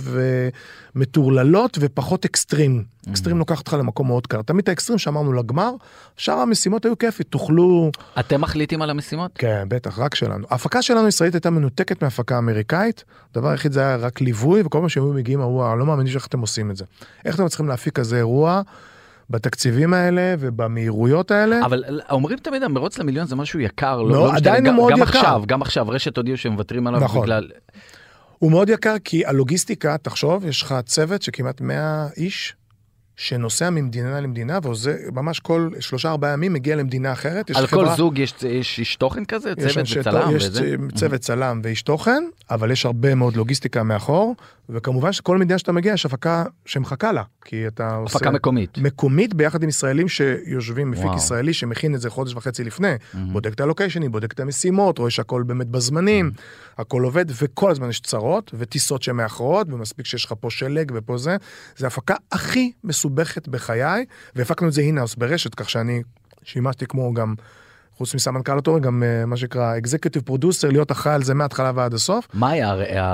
ומטורללות ופחות אקסטרים. אקסטרים לוקח אותך למקום מאוד קר. תמיד האקסטרים שאמרנו לגמר, שאר המשימות היו כיפית, תוכלו... אתם מחליטים על המשימות? כן, בטח, רק שלנו. ההפקה שלנו ישראלית הייתה מנותקת מההפקה האמריקאית, הדבר היחיד זה היה רק ליווי, וכל מה שהם מגיעים, לא מאמין שאיך אתם עושים את זה. איך אתם צריכים להפיק כזה אירוע בתקציבים האלה ובמהירויות האלה? אבל אומרים תמיד, המרוץ למיליון זה משהו יקר. לא, עדיין הוא מאוד יקר. גם עכשיו, רשת הודיעו שהם מוותרים עליו בגלל... הוא מאוד יקר, כי הלוגיסטיקה, תחשוב, יש לך צוות שכמעט 100 איש, שנוסע ממדינה למדינה, וזה ממש כל 3-4 ימים מגיע למדינה אחרת. על כל זוג יש איש תוכן כזה? צוות וצלם? יש צוות צלם ואיש תוכן, אבל יש הרבה מאוד לוגיסטיקה מאחור, וכמובן שכל מדינה שאתה מגיע, יש הפקה שמחכה לה, כי אתה עושה... הפקה מקומית. מקומית ביחד עם ישראלים שיושבים, מפיק ישראלי שמכין את זה חודש וחצי לפני, בודק את הלוקיישנים, בודק את המשימות, רואה שהכל באמת בזמנים, הכל עובד, וכל הזמן יש צרות, וטיסות שמאחרות, ומספיק שיש לך פה שלג ופה זה. זה הפקה הכי מסובכת בחיי, והפקנו את זה הינאוס ברשת, כך שאני שימשתי כמו גם, חוץ מסמנכ"ל התורן, גם מה שנקרא Executive Producer, להיות אחראי על זה מההתחלה ועד הסוף. מה היה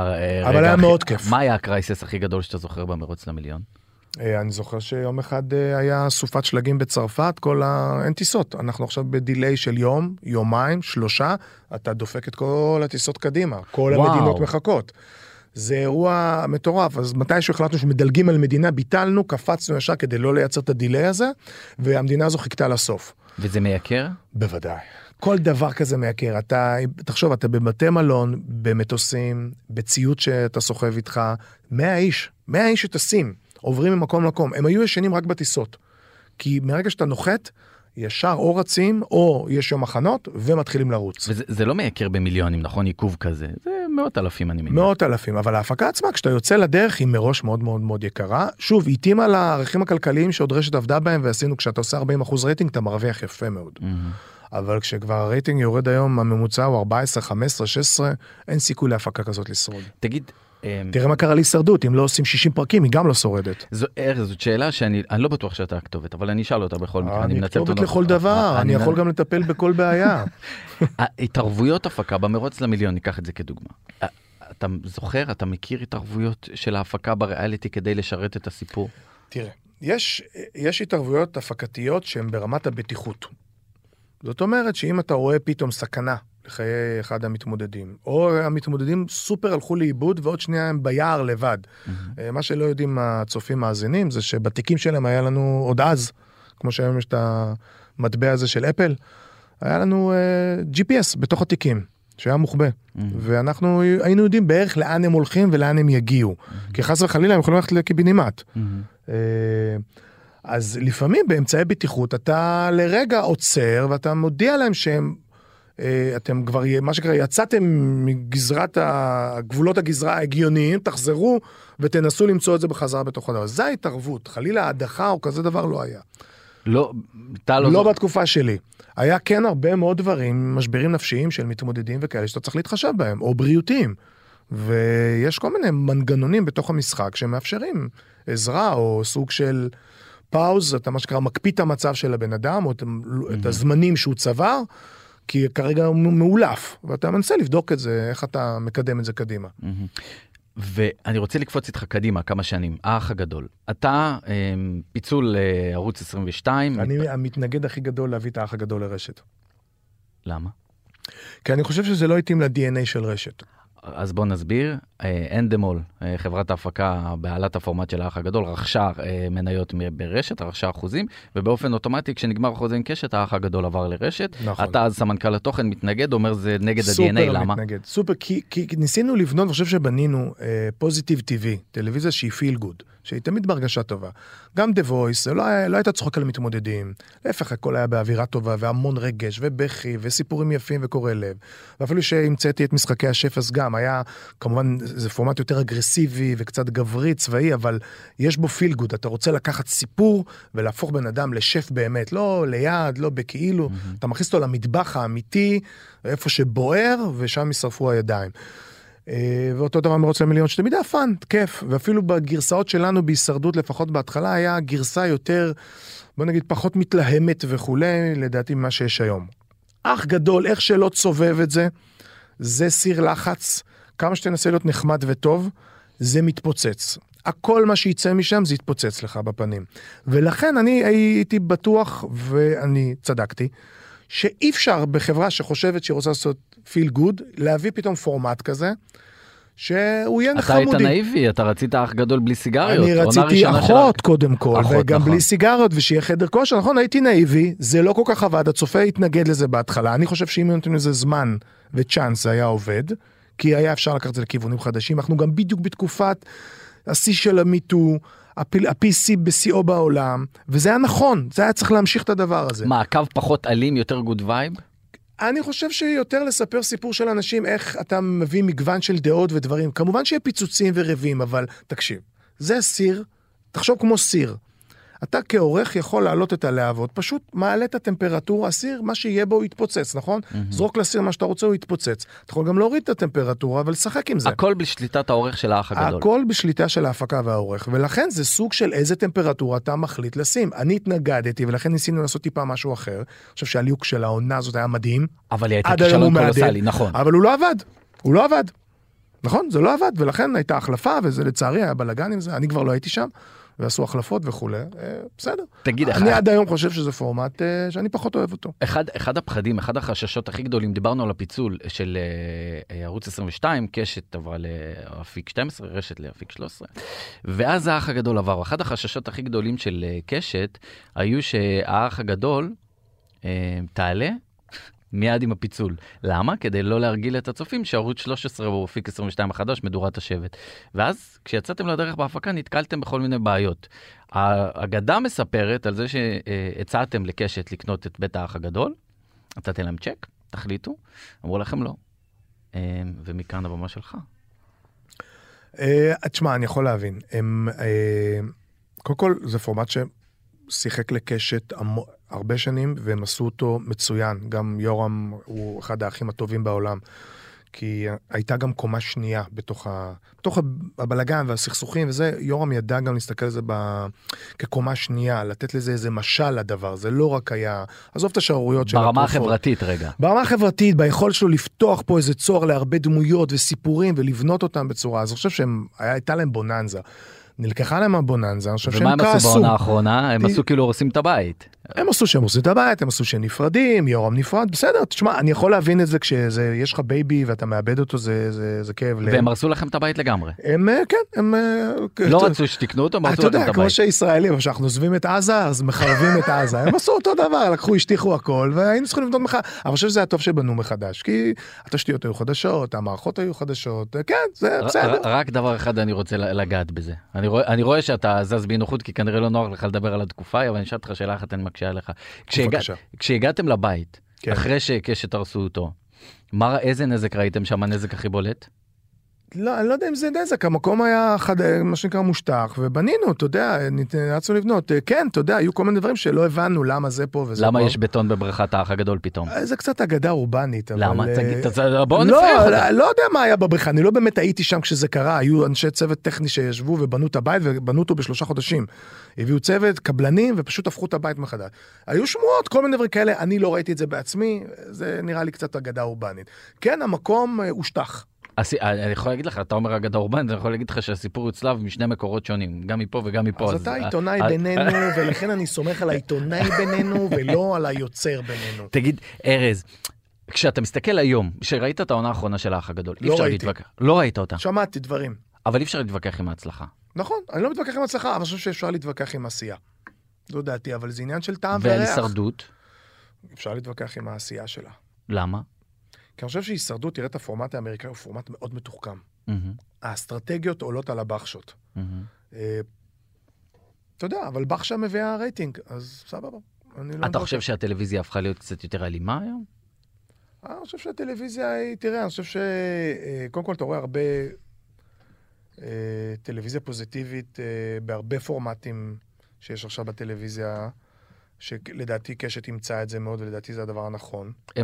אבל היה מאוד כיף. מה היה הקרייסס הכי גדול שאתה זוכר במרוץ למיליון? אני זוכר שיום אחד היה סופת שלגים בצרפת, אין טיסות. אנחנו עכשיו בדיליי של יום, יומיים, 3, אתה דופק את כל הטיסות קדימה. כל המדינות מחכות. זה אירוע מטורף, אז מתישהו החלטנו שמדלגים על מדינה, ביטלנו, קפצנו ישר כדי לא לייצר את הדיליי הזה, והמדינה הזו חיכתה לסוף. וזה מייקר? בוודאי. כל דבר כזה מייקר. תחשוב, אתה בבתי מלון, במטוסים, בציוד שאתה סוחב איתך, 100 איש שטסים, עוברים ממקום למקום. הם היו ישנים רק בטיסות. כי מרגע שאתה נוחת, ישר או רצים, או יש יום מחנות, ומתחילים לרוץ. וזה לא מייקר במיליונים, נכון? עיכוב כזה. זה 100,000 אני מבין. 100,000, אבל ההפקה עצמה, כשאתה יוצא לדרך, היא מראש מאוד מאוד מאוד יקרה. שוב, איתים על הערכים הכלכליים שעוד רשת עבדה בהם, ועשינו, כשאתה עושה 40% רייטינג, אתה מרוויח יפה מאוד. אבל כשכבר הרייטינג יורד היום, הממוצע הוא 14, 15, 16, אין סיכוי להפקה כזאת לשרוד. תגיד, תראה מה קרה להישרדות, אם לא עושים 60 פרקים, היא גם לא שורדת. זאת שאלה שאני לא בטוח שאתה הכתובת, אבל אני אשאל אותה בכל מקרה. אני כתובת לכל דבר, אני יכול גם לטפל בכל בעיה. התערבויות הפקה במרוץ למיליון, ניקח את זה כדוגמה. אתה זוכר, אתה מכיר התערבויות של ההפקה בריאליטי כדי לשרת את הסיפור? תראה, יש התערבויות הפקתיות שהן ברמת הבטיחות. זאת אומרת שאם אתה רואה פתאום סכנה לחיי אחד המתמודדים, או המתמודדים סופר הלכו לאיבוד, ועוד שנייה הם ביער לבד. מה שלא יודעים הצופים מאזינים, זה שבתיקים שלהם היה לנו עוד אז, כמו שהיום יש את המטבע הזה של אפל, היה לנו GPS בתוך התיקים, שהיה מוחבא. ואנחנו היינו יודעים בערך לאן הם הולכים ולאן הם יגיעו. כי חס וחלילה הם יכולים ללכת לקיבינימט. אז לפעמים באמצעי בטיחות אתה לרגע עוצר, ואתה מודיע להם שהם, אתם כבר, מה שקרה, יצאתם מגזרת גבולות הגזרה ההגיוניים, תחזרו ותנסו למצוא את זה בחזרה בתוך הדבר. זה ההתערבות, חלילה ההדחה או כזה דבר לא היה. לא בתקופה שלי. היה כן הרבה מאוד דברים, משברים נפשיים של מתמודדים וכאלה, שאתה צריך להתחשב בהם, או בריאותיים. ויש כל מיני מנגנונים בתוך המשחק שמאפשרים עזרה, או סוג של פאוז, אתה מה שקרה, מקפיא את המצב של הבן אדם, או את הזמנים שהוא צבר, כי כרגע הוא מאולף, ואתה מנסה לבדוק את זה, איך אתה מקדם את זה קדימה. ואני רוצה לקפוץ איתך קדימה כמה שנים, האח הגדול. אתה פיצול ערוץ 22. אני המתנגד הכי גדול להביא את האח הגדול לרשת. למה? כי אני חושב שזה לא התאים ל-DNA של רשת. אז בוא נסביר. אנדמול, חברת ההפקה בעלת הפורמט של האח הגדול, רכשה מניות ברשת, רכשה אחוזים, ובאופן אוטומטי, כשנגמר חוזה עם קשת, האח הגדול עבר לרשת. נכון. אתה אז סמנכ"ל התוכן מתנגד, אומר זה נגד ה-DNA, למה? מתנגד. סופר, כי ניסינו לבנות, אני חושב שבנינו פוזיטיב TV, טלוויזיה שהיא פיל גוד, שהיא תמיד בהרגשה טובה. גם The Voice, זה לא הייתה צוחק על מתמודדים, להפך, הכל היה באווירה טובה, והמון רגש, ובכי, וסיפורים יפים וקורא לב. ואפילו שהמצאתי את משחקי השף, אז גם היה, כמובן, זה פורמט יותר אגרסיבי וקצת גברי, צבאי, אבל יש בו פיל גוד. אתה רוצה לקחת סיפור ולהפוך בן אדם לשף באמת, לא ליד, לא בכאילו. אתה מכניס אותו למטבח האמיתי, איפה שבוער, ושם ישרפו הידיים. ואותו דבר מרוץ למיליון, שתמיד היה פאן, כיף. ואפילו בגרסאות שלנו בהישרדות, לפחות בהתחלה, היה גרסה יותר, בוא נגיד, פחות מתלהמת וכולי, לדעתי ממה שיש היום. אח גדול, איך שלא צובב את זה, זה סיר לחץ, כמה שתנסה להיות נחמד וטוב, זה מתפוצץ. הכל מה שיצא משם, זה יתפוצץ לך בפנים. ולכן אני הייתי בטוח, ואני צדקתי, שאי אפשר בחברה שחושבת שהיא רוצה לעשות פיל גוד, להביא פתאום פורמט כזה, שהוא יהיה נחמודי. אתה היית נאיבי, אתה רצית אח גדול בלי סיגריות. אני רציתי אחות קודם כל, וגם בלי סיגריות, ושיהיה חדר כושר, נכון, הייתי נאיבי, זה לא כל כך עבד, הצופה התנגד לזה בהתחלה, אני חושב שאם נותנים לזה זמן וצ'אנס, זה היה עובד, כי היה אפשר לקחת את זה לכיוונים חדשים, אנחנו גם בדיוק בתקופת השיא של המיטו, ה-PC בשיאו בעולם, וזה היה נכון, זה היה צריך להמשיך את הדבר הזה. מה, הקו פחות אלים, יותר גוד וייב? אני חושב שיותר לספר סיפור של אנשים, איך אתה מביא מגוון של דעות ודברים. כמובן שיהיה פיצוצים ורבים, אבל תקשיב, זה סיר, תחשוב כמו סיר. אתה כעורך יכול להעלות את הלהבות, פשוט מעלה את הטמפרטורה, הסיר, מה שיהיה בו יתפוצץ, נכון? זרוק לסיר מה שאתה רוצה, הוא יתפוצץ. אתה יכול גם להוריד את הטמפרטורה, אבל לשחק עם זה. הכל בשליטת העורך של האח הגדול. הכל בשליטה של ההפקה והעורך, ולכן זה סוג של איזה טמפרטורה אתה מחליט לשים. אני התנגדתי, ולכן ניסינו לעשות טיפה משהו אחר. אני חושב שהליוק של העונה הזאת היה מדהים. אבל היא הייתה כישלון קולוסלי, נכון. אבל הוא לא עבד. הוא לא עבד. נכון? זה לא עבד, ולכן הייתה החלפה, וזה לצערי היה בלגן עם זה. אני כבר לא הייתי שם. ועשו החלפות וכולי, בסדר. תגיד, אני עד היום חושב שזה פורמט שאני פחות אוהב אותו. אחד הפחדים, אחד החששות הכי גדולים, דיברנו על הפיצול של ערוץ 22, קשת עברה לאפיק 12, רשת לאפיק 13, ואז האח הגדול עבר. אחד החששות הכי גדולים של קשת, היו שהאח הגדול תעלה, מיד עם הפיצול. למה? כדי לא להרגיל את הצופים שערוץ 13 הוא אפיק 22 החדש, מדורת השבט. ואז כשיצאתם לדרך בהפקה נתקלתם בכל מיני בעיות. האגדה מספרת על זה שהצעתם לקשת לקנות את בית האח הגדול, נתתם להם צ'ק, תחליטו, אמרו לכם לא. ומכאן הבמה שלך. תשמע, אני יכול להבין. קודם כל זה פורמט שיחק לקשת הרבה שנים, והם עשו אותו מצוין. גם יורם הוא אחד האחים הטובים בעולם, כי הייתה גם קומה שנייה בתוך הבלגן והסכסוכים, וזה, יורם ידע גם להסתכל על זה כקומה שנייה, לתת לזה איזה משל לדבר, זה לא רק היה, עזוב את השערוריות של ברמה החברתית רגע. ברמה החברתית, ביכולת שלו לפתוח פה איזה צוהר להרבה דמויות וסיפורים, ולבנות אותם בצורה, אז אני חושב שהייתה להם בוננזה. נלקחה להם הבוננזה, אני חושב שהם כעסו. ומה הם עשו בעונה האחרונה? הם עשו כאילו הורסים את הבית. הם עשו שהם עושים את הבית, הם עשו שהם נפרדים, יורם נפרד, בסדר, תשמע, אני יכול להבין את זה כשיש לך בייבי ואתה מאבד אותו, זה כאב לב. והם הרסו לכם את הבית לגמרי. הם, כן, הם... לא רצו שתקנו אותו, הם הרסו לכם את הבית. אתה יודע, כמו שישראלים, כשאנחנו עוזבים את עזה, אז מחרבים את עזה. הם עשו אותו דבר, לקחו, השטיחו הכל, והיינו צריכים לבנות מחדש. אבל חושב שזה הטוב שבנו מחדש, כי התשתיות היו חדשות, המערכות היו חדשות, כן, זה בסדר. רק דבר אחד אני רוצה לגעת בזה. אני רואה שאתה זז בנוחות, כי כנראה לא נוח לך לדבר על התקופה, אבל אני שאלת לך שאלה אחת, אני מקשה עליך. כשהגעתם לבית, אחרי שקשת הרסו אותו, איזה נזק ראיתם שם, הנזק הכי בולט? לא, אני לא יודע אם זה נזק, המקום היה מה שנקרא מושטח, ובנינו, אתה יודע, נאלצנו לבנות. כן, אתה יודע, היו כל מיני דברים שלא הבנו למה זה פה וזה פה. למה יש בטון בבריכת האח הגדול פתאום? זה קצת אגדה אורבנית. למה? בואו נפריח אותה. לא יודע מה היה בבריכה, אני לא באמת הייתי שם כשזה קרה, היו אנשי צוות טכני שישבו ובנו את הבית, ובנו אותו ב3 חודשים. הביאו צוות, קבלנים, ופשוט הפכו את הבית מחדש. היו שמועות, כל מיני דברים כאלה, אני לא ראיתי את זה בעצמי, זה נראה לי קצת אגדה אורבנית. כן, המקום הושטח. אני יכול להגיד לך, אתה אומר אגדה אורבנית, אני יכול להגיד לך שהסיפור יוצלב משני מקורות שונים, גם מפה וגם מפה. אז אתה עיתונאי בינינו, ולכן אני סומך על העיתונאי בינינו, ולא על היוצר בינינו. תגיד, ארז, כשאתה מסתכל היום, שראית את העונה האחרונה של האח הגדול, לא ראיתי. לא ראית אותה. שמעתי דברים. אבל אי אפשר להתווכח עם ההצלחה. נכון, אני לא מתווכח עם ההצלחה, אבל אני חושב שאפשר להתווכח עם עשייה. זו דעתי, אבל זה עניין של טעם וריח. והישרדות? אפשר להתווכח עם העשייה שלה. למה? כי אני חושב שהישרדות, תראה את הפורמט האמריקאי, הוא פורמט מאוד מתוחכם. האסטרטגיות עולות על הבחשות. אתה יודע, אבל בחשה מביאה רייטינג, אז סבבה. אתה חושב שהטלוויזיה הפכה להיות קצת יותר אלימה היום? אני חושב שהטלוויזיה היא, תראה, אני חושב שקודם כל אתה רואה הרבה טלוויזיה פוזיטיבית בהרבה פורמטים שיש עכשיו בטלוויזיה, שלדעתי קשת ימצא את זה מאוד, ולדעתי זה הדבר הנכון. הם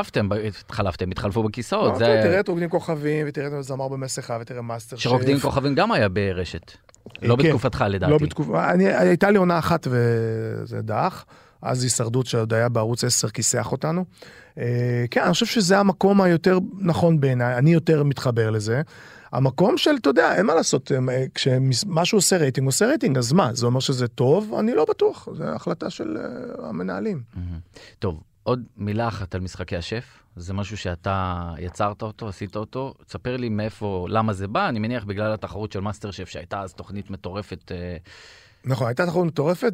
התחלפו בכיסאות. תראה את רוקדים כוכבים, ותראה את זמר במסכה, ותראה מאסטר שף. שרוקדים כוכבים גם היה ברשת. לא בתקופתך לדעתי. לא בתקופה, הייתה לי עונה אחת וזה דח, אז הישרדות שעוד היה בערוץ 10 כיסח אותנו. כן, אני חושב שזה המקום היותר נכון בעיניי, אני יותר מתחבר לזה. המקום של, אתה יודע, אין מה לעשות, כשמשהו עושה רייטינג, אז מה? זה אומר שזה טוב? אני לא בטוח, זו החלטה של המנהלים. טוב, עוד מילה אחת על משחקי השף, זה משהו שאתה יצרת אותו, עשית אותו, תספר לי מאיפה, למה זה בא, אני מניח בגלל התחרות של מאסטר שף, שהייתה אז תוכנית מטורפת. נכון, הייתה תחרות מטורפת,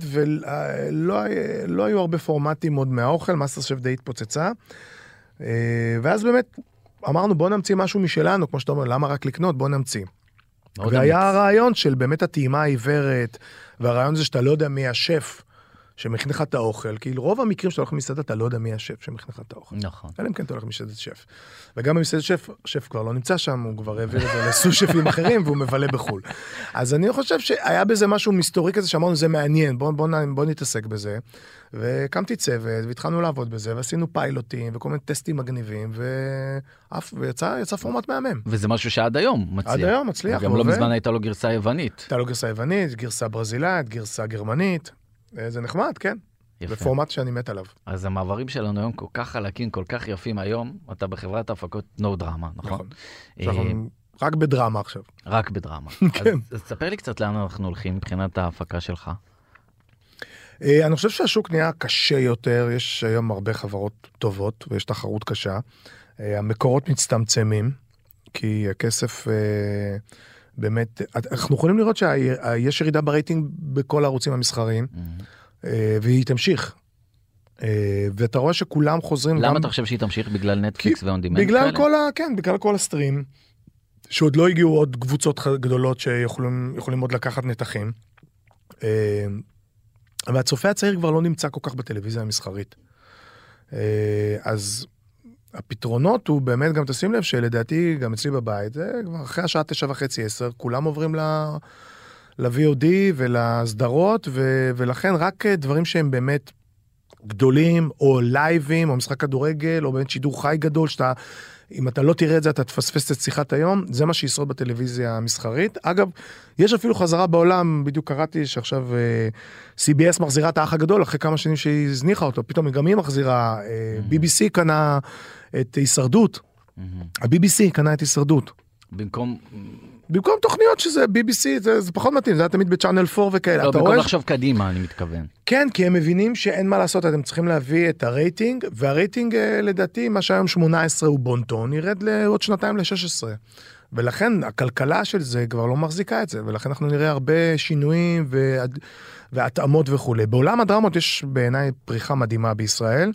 ולא היו הרבה פורמטים עוד מהאוכל, מאסטר שף די התפוצצה, ואז באמת, אמרנו, בוא נמציא משהו משלנו, כמו שאתה אומר, למה רק לקנות? בוא נמציא. והיה הרעיון של באמת הטעימה העיוורת, והרעיון זה שאתה לא יודע מי השף שמכין לך את האוכל, כי רוב המקרים שאתה הולך למסעדה, אתה לא יודע מי השף שמכין לך את האוכל. נכון. אלא אם כן אתה הולך למסעדת שף. וגם במסעדת שף, שף כבר לא נמצא שם, הוא כבר העביר את זה לסוס שפים אחרים, והוא מבלה בחול. אז אני חושב שהיה בזה משהו מסתורי כזה, שאמרנו, זה מעניין, בוא נתעסק בזה. וקמתי צוות, והתחלנו לעבוד בזה, ועשינו פיילוטים, וכל מיני טסטים מגניבים, ויצא פורמט מהמם. וזה משהו שעד היום מצליח. עד היום מצליח. גם לא מזמן הייתה לו גרסה יוונית. הייתה לו גרסה יוונית, גרסה ברזילאית, גרסה גרמנית. זה נחמד, כן. זה פורמט שאני מת עליו. אז המעברים שלנו היום כל כך חלקים, כל כך יפים היום, אתה בחברת ההפקות נו דרמה, נכון? נכון. רק בדרמה עכשיו. רק בדרמה. כן. אז תספר לי קצת לאן אנחנו הולכים מבחינת ההפקה שלך. אני חושב שהשוק נהיה קשה יותר, יש היום הרבה חברות טובות, ויש תחרות קשה. המקורות מצטמצמים, כי הכסף באמת, אנחנו יכולים לראות שיש ירידה ברייטינג בכל הערוצים המסחריים, והיא תמשיך. ואתה רואה שכולם חוזרים... למה אתה חושב שהיא תמשיך? בגלל נטפליקס ואונדימנט? בגלל כל הסטרים, שעוד לא הגיעו עוד קבוצות גדולות שיכולים עוד לקחת נתחים. והצופה הצעיר כבר לא נמצא כל כך בטלוויזיה המסחרית. אז הפתרונות הוא באמת, גם תשים לב שלדעתי, גם אצלי בבית, זה כבר אחרי השעה 9:30-10, כולם עוברים ל-VOD ולסדרות, ולכן רק דברים שהם באמת גדולים, או לייבים, או משחק כדורגל, או באמת שידור חי גדול, שאתה, אם אתה לא תראה את זה, אתה תפספס את שיחת היום, זה מה שישרוד בטלוויזיה המסחרית. אגב, יש אפילו חזרה בעולם, בדיוק קראתי שעכשיו CBS מחזירה את האח הגדול, אחרי כמה שנים שהיא הזניחה אותו, פתאום גם היא מחזירה, BBC קנה את הישרדות, ה-BBC קנה את הישרדות. במקום במקום תוכניות שזה BBC, זה פחות מתאים, זה היה תמיד בצ'אנל 4 וכאלה. לא, במקום לחשוב קדימה, אני מתכוון. כן, כי הם מבינים שאין מה לעשות, אתם צריכים להביא את הרייטינג, והרייטינג לדעתי, מה שהיום 18 הוא בונטון, ירד לעוד שנתיים ל-16. ולכן הכלכלה של זה כבר לא מחזיקה את זה, ולכן אנחנו נראה הרבה שינויים והתאמות וכו'. בעולם הדרמות יש בעיניי פריחה מדהימה בישראל,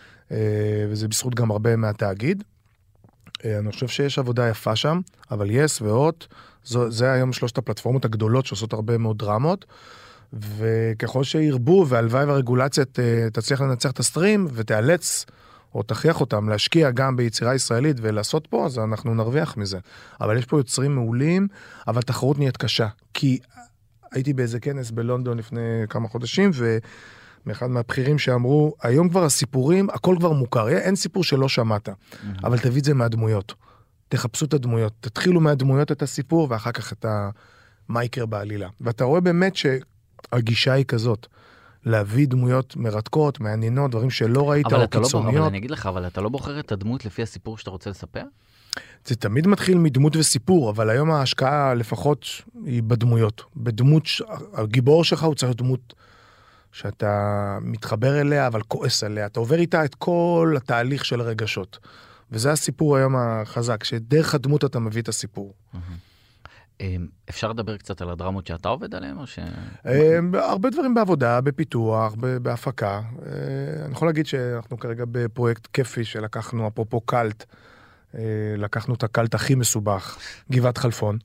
וזה בזכות גם הרבה מהתאגיד. אני חושב שיש עבודה יפה שם, אבל יס והוט, זה היום שלושת הפלטפורמות הגדולות שעושות הרבה מאוד דרמות, וככל שירבו והלוואי והרגולציה תצליח לנצח את הסטרים ותאלץ או תכריח אותם להשקיע גם ביצירה ישראלית ולעשות פה, אז אנחנו נרוויח מזה. אבל יש פה יוצרים מעולים, אבל תחרות נהיית קשה. כי הייתי באיזה כנס בלונדון לפני כמה חודשים, מאחד מהבחירים שאמרו, היום כבר הסיפורים, הכל כבר מוכר, אין סיפור שלא שמעת, אבל תביא את זה מהדמויות. תחפשו את הדמויות, תתחילו מהדמויות את הסיפור, ואחר כך את המייקר בעלילה. ואתה רואה באמת שהגישה היא כזאת, להביא דמויות מרתקות, מעניינות, דברים שלא ראית או קיצוניות. אבל אני אגיד לך, אבל אתה לא בוחר את הדמות לפי הסיפור שאתה רוצה לספר? זה תמיד מתחיל מדמות וסיפור, אבל היום ההשקעה לפחות היא בדמויות. בדמות, הגיבור שלך הוא צריך דמות שאתה מתחבר אליה, אבל כועס עליה. אתה עובר איתה את כל התהליך של הרגשות. וזה הסיפור היום החזק, שדרך הדמות אתה מביא את הסיפור. אפשר לדבר קצת על הדרמות שאתה עובד עליהן, או ש... הרבה דברים בעבודה, בפיתוח, בהפקה. אני יכול להגיד שאנחנו כרגע בפרויקט כיפי שלקחנו, אפרופו קלט, לקחנו את הקלט הכי מסובך, גבעת חלפון.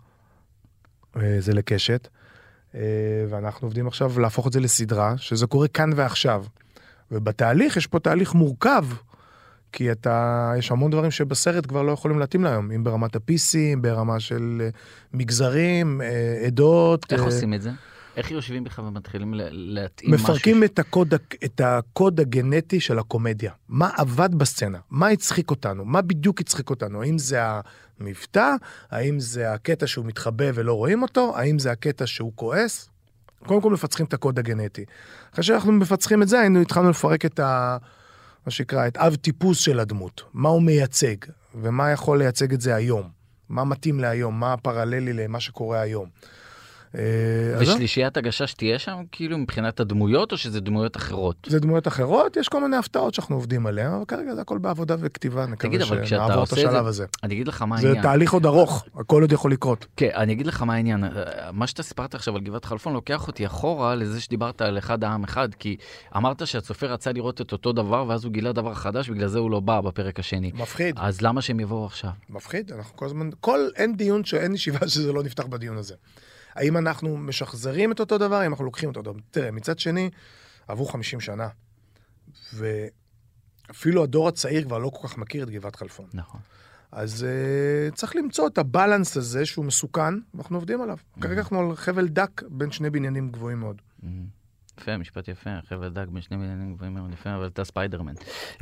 זה לקשת. ואנחנו עובדים עכשיו להפוך את זה לסדרה, שזה קורה כאן ועכשיו. ובתהליך, יש פה תהליך מורכב, כי יש המון דברים שבסרט כבר לא יכולים להתאים להיום, אם ברמת ה-PC, אם ברמה של מגזרים, עדות. איך עושים את זה? איך יושבים בכלל ומתחילים להתאים משהו? מפרקים את הקוד הגנטי של הקומדיה. מה עבד בסצנה? מה הצחיק אותנו? מה בדיוק הצחיק אותנו? האם זה המבטא? האם זה הקטע שהוא מתחבא ולא רואים אותו? האם זה הקטע שהוא כועס? קודם כל מפצחים את הקוד הגנטי. אחרי שאנחנו מפצחים את זה, היינו התחלנו לפרק את מה שקרא, את אב טיפוס של הדמות. מה הוא מייצג? ומה יכול לייצג את זה היום? מה מתאים להיום? מה הפרללי למה שקורה היום? ושלישיית הגשש תהיה שם, כאילו, מבחינת הדמויות, או שזה דמויות אחרות? זה דמויות אחרות, יש כל מיני הפתעות שאנחנו עובדים עליהן, אבל כרגע זה הכל בעבודה וכתיבה, נקווה שנעבור את השלב הזה. אני אגיד לך מה העניין. זה תהליך עוד ארוך, הכל עוד יכול לקרות. כן, אני אגיד לך מה העניין. מה שאתה סיפרת עכשיו על גבעת חלפון, לוקח אותי אחורה לזה שדיברת על אחד העם אחד, כי אמרת שהצופר רצה לראות את אותו דבר, ואז הוא גילה דבר חדש, בגלל זה הוא לא בא בפרק השני. מפחיד. אז למה שהם יבואו עכשיו? מפחיד, אנחנו כל הזמן, אין דיון, אין ישיבה שזה לא נפתח בדיון הזה. האם אנחנו משחזרים את אותו דבר, האם אנחנו לוקחים את אותו דבר. תראה, מצד שני, עברו 50 שנה, ואפילו הדור הצעיר כבר לא כל כך מכיר את גבעת חלפון. נכון. אז צריך למצוא את הבלנס הזה שהוא מסוכן, ואנחנו עובדים עליו. כרגע אנחנו על חבל דק בין שני בניינים גבוהים מאוד. יפה, משפט יפה, חבל דק בין שני בניינים גבוהים מאוד, יפה, אבל אתה ספיידרמן.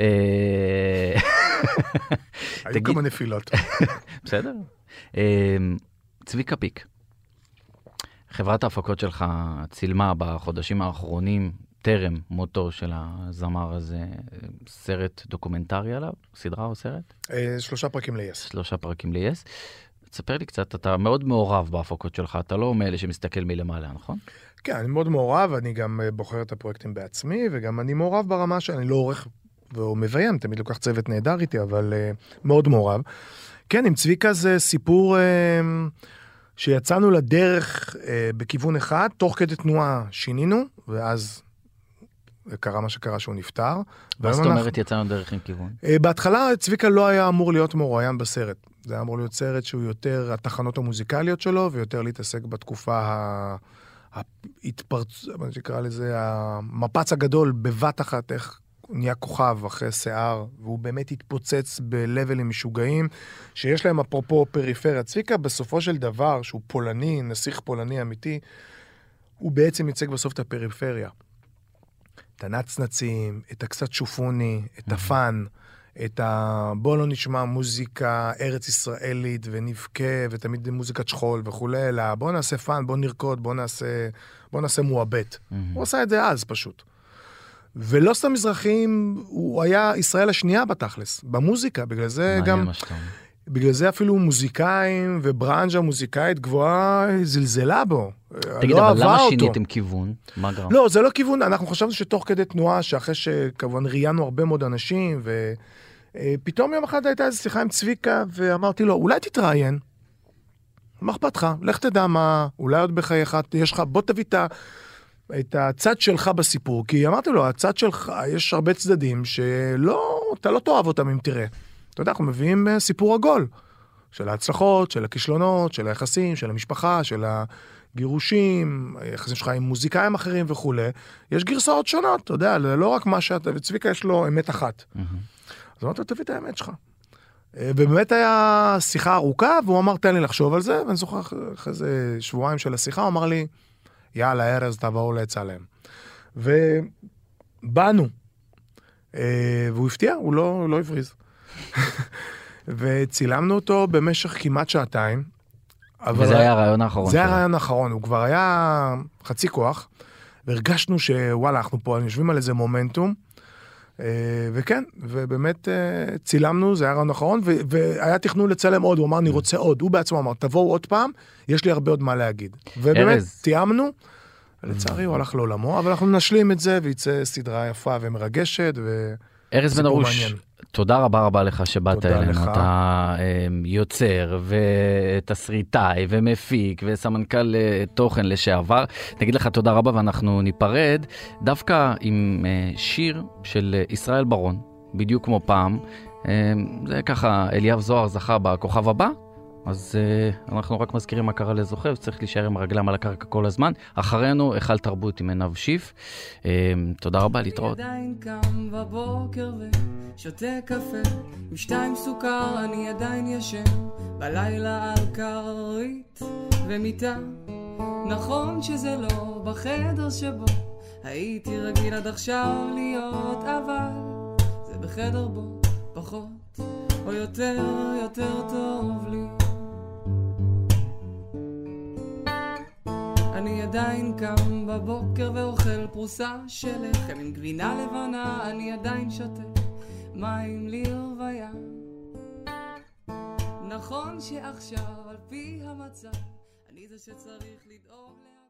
היו כמה נפילות. בסדר. צביקה פיק. חברת ההפקות שלך צילמה בחודשים האחרונים, טרם מותו של הזמר הזה, סרט דוקומנטרי עליו, סדרה או סרט? 3 פרקים ל-yes. 3 פרקים ל-yes. תספר לי קצת, אתה מאוד מעורב בהפקות שלך, אתה לא מאלה שמסתכל מלמעלה, נכון? כן, אני מאוד מעורב, אני גם בוחר את הפרויקטים בעצמי, וגם אני מעורב ברמה שאני לא עורך ומביים, תמיד לוקח צוות נהדר איתי, אבל מאוד מעורב. כן, עם צביקה זה סיפור... שיצאנו לדרך בכיוון אחד, תוך כדי תנועה שינינו, ואז קרה מה שקרה שהוא נפטר. מה זאת אומרת יצאנו דרך עם כיוון? בהתחלה צביקה לא היה אמור להיות מרואיין בסרט. זה היה אמור להיות סרט שהוא יותר התחנות המוזיקליות שלו, ויותר להתעסק בתקופה ההתפרצות, מה שקרא לזה, המפץ הגדול בבת אחת, איך נהיה כוכב אחרי שיער, והוא באמת התפוצץ בלבלים משוגעים, שיש להם אפרופו פריפריה. צביקה בסופו של דבר, שהוא פולני, נסיך פולני אמיתי, הוא בעצם ייצג בסוף את הפריפריה. את הנצנצים, את הקצת שופוני, את הפן, את בוא לא נשמע מוזיקה ארץ ישראלית ונבכה, ותמיד מוזיקת שכול וכו', אלא בוא נעשה פן, בוא נרקוד, בוא נעשה מועבט. הוא עשה את זה אז פשוט. ולא סתם מזרחים, הוא היה ישראל השנייה בתכלס, במוזיקה, בגלל זה גם בגלל זה אפילו מוזיקאים וברנז'ה מוזיקאית גבוהה זלזלה בו. תגיד, אבל למה שיניתם כיוון? מה גרם? לא, זה לא כיוון, אנחנו חשבנו שתוך כדי תנועה, שאחרי שכמובן ראיינו הרבה מאוד אנשים, ופתאום יום אחד הייתה איזו שיחה עם צביקה, ואמרתי לו, אולי תתראיין, מה אכפת לך? לך תדע מה, אולי עוד בחייך, יש לך, בוא תביא את הצד שלך בסיפור, כי אמרתי לו, הצד שלך, יש הרבה צדדים שלא, אתה לא תאהב אותם אם תראה. אתה יודע, אנחנו מביאים סיפור עגול, של ההצלחות, של הכישלונות, של היחסים, של המשפחה, של הגירושים, היחסים שלך עם מוזיקאים אחרים וכו'. יש גרסאות שונות, אתה יודע, לא רק מה שאתה, וצביקה יש לו אמת אחת. אז אמרתי לו, תביא את האמת שלך. ובאמת היה שיחה ארוכה, והוא אמר, תן לי לחשוב על זה, ואני זוכר אחרי זה שבועיים של השיחה, הוא אמר לי, יאללה, ארז, תבואו להצלם. ובאנו. והוא הפתיע, הוא לא הבריז. וצילמנו אותו במשך כמעט שעתיים. וזה היה הרעיון האחרון. זה היה הרעיון האחרון, הוא כבר היה חצי כוח, והרגשנו שוואלה, אנחנו פה יושבים על איזה מומנטום, וכן, ובאמת צילמנו, זה היה הרעיון האחרון, והיה תכנון לצלם עוד, הוא אמר, אני רוצה עוד, הוא בעצמו אמר, תבואו עוד פעם, יש לי הרבה עוד מה להגיד. ובאמת, תיאמנו, לצערי הוא הלך לעולמו, אבל אנחנו נשלים את זה, ויצא סדרה יפה ומרגשת, ארז בן ארוש, תודה רבה לך שבאת אלינו, אתה יוצר ותסריטאי ומפיק וסמנכ"ל תוכן לשעבר. נגיד לך תודה רבה ואנחנו ניפרד דווקא עם שיר של ישראל ברון, בדיוק כמו פעם. זה ככה, אליאב זוהר זכה בכוכב הבא, אז אנחנו רק מזכירים מה קרה לזוכה, וצריך להישאר עם הרגליים על הקרקע כל הזמן. אחרינו, היכל תרבות עם עינב שיף. תודה רבה, להתראות. אני עדיין קם בבוקר ושותה קפה, עם 2 סוכר אני עדיין ישן, בלילה על כרית ומיטה. נכון שזה לא בחדר שבו הייתי רגיל עד עכשיו להיות, אבל זה בחדר בו פחות או יותר טוב לי. אני עדיין קם בבוקר ואוכל פרוסה של לחם עם גבינה לבנה, אני עדיין שותה מים לרוויה. נכון שעכשיו על פי המצב אני זה שצריך לדאוג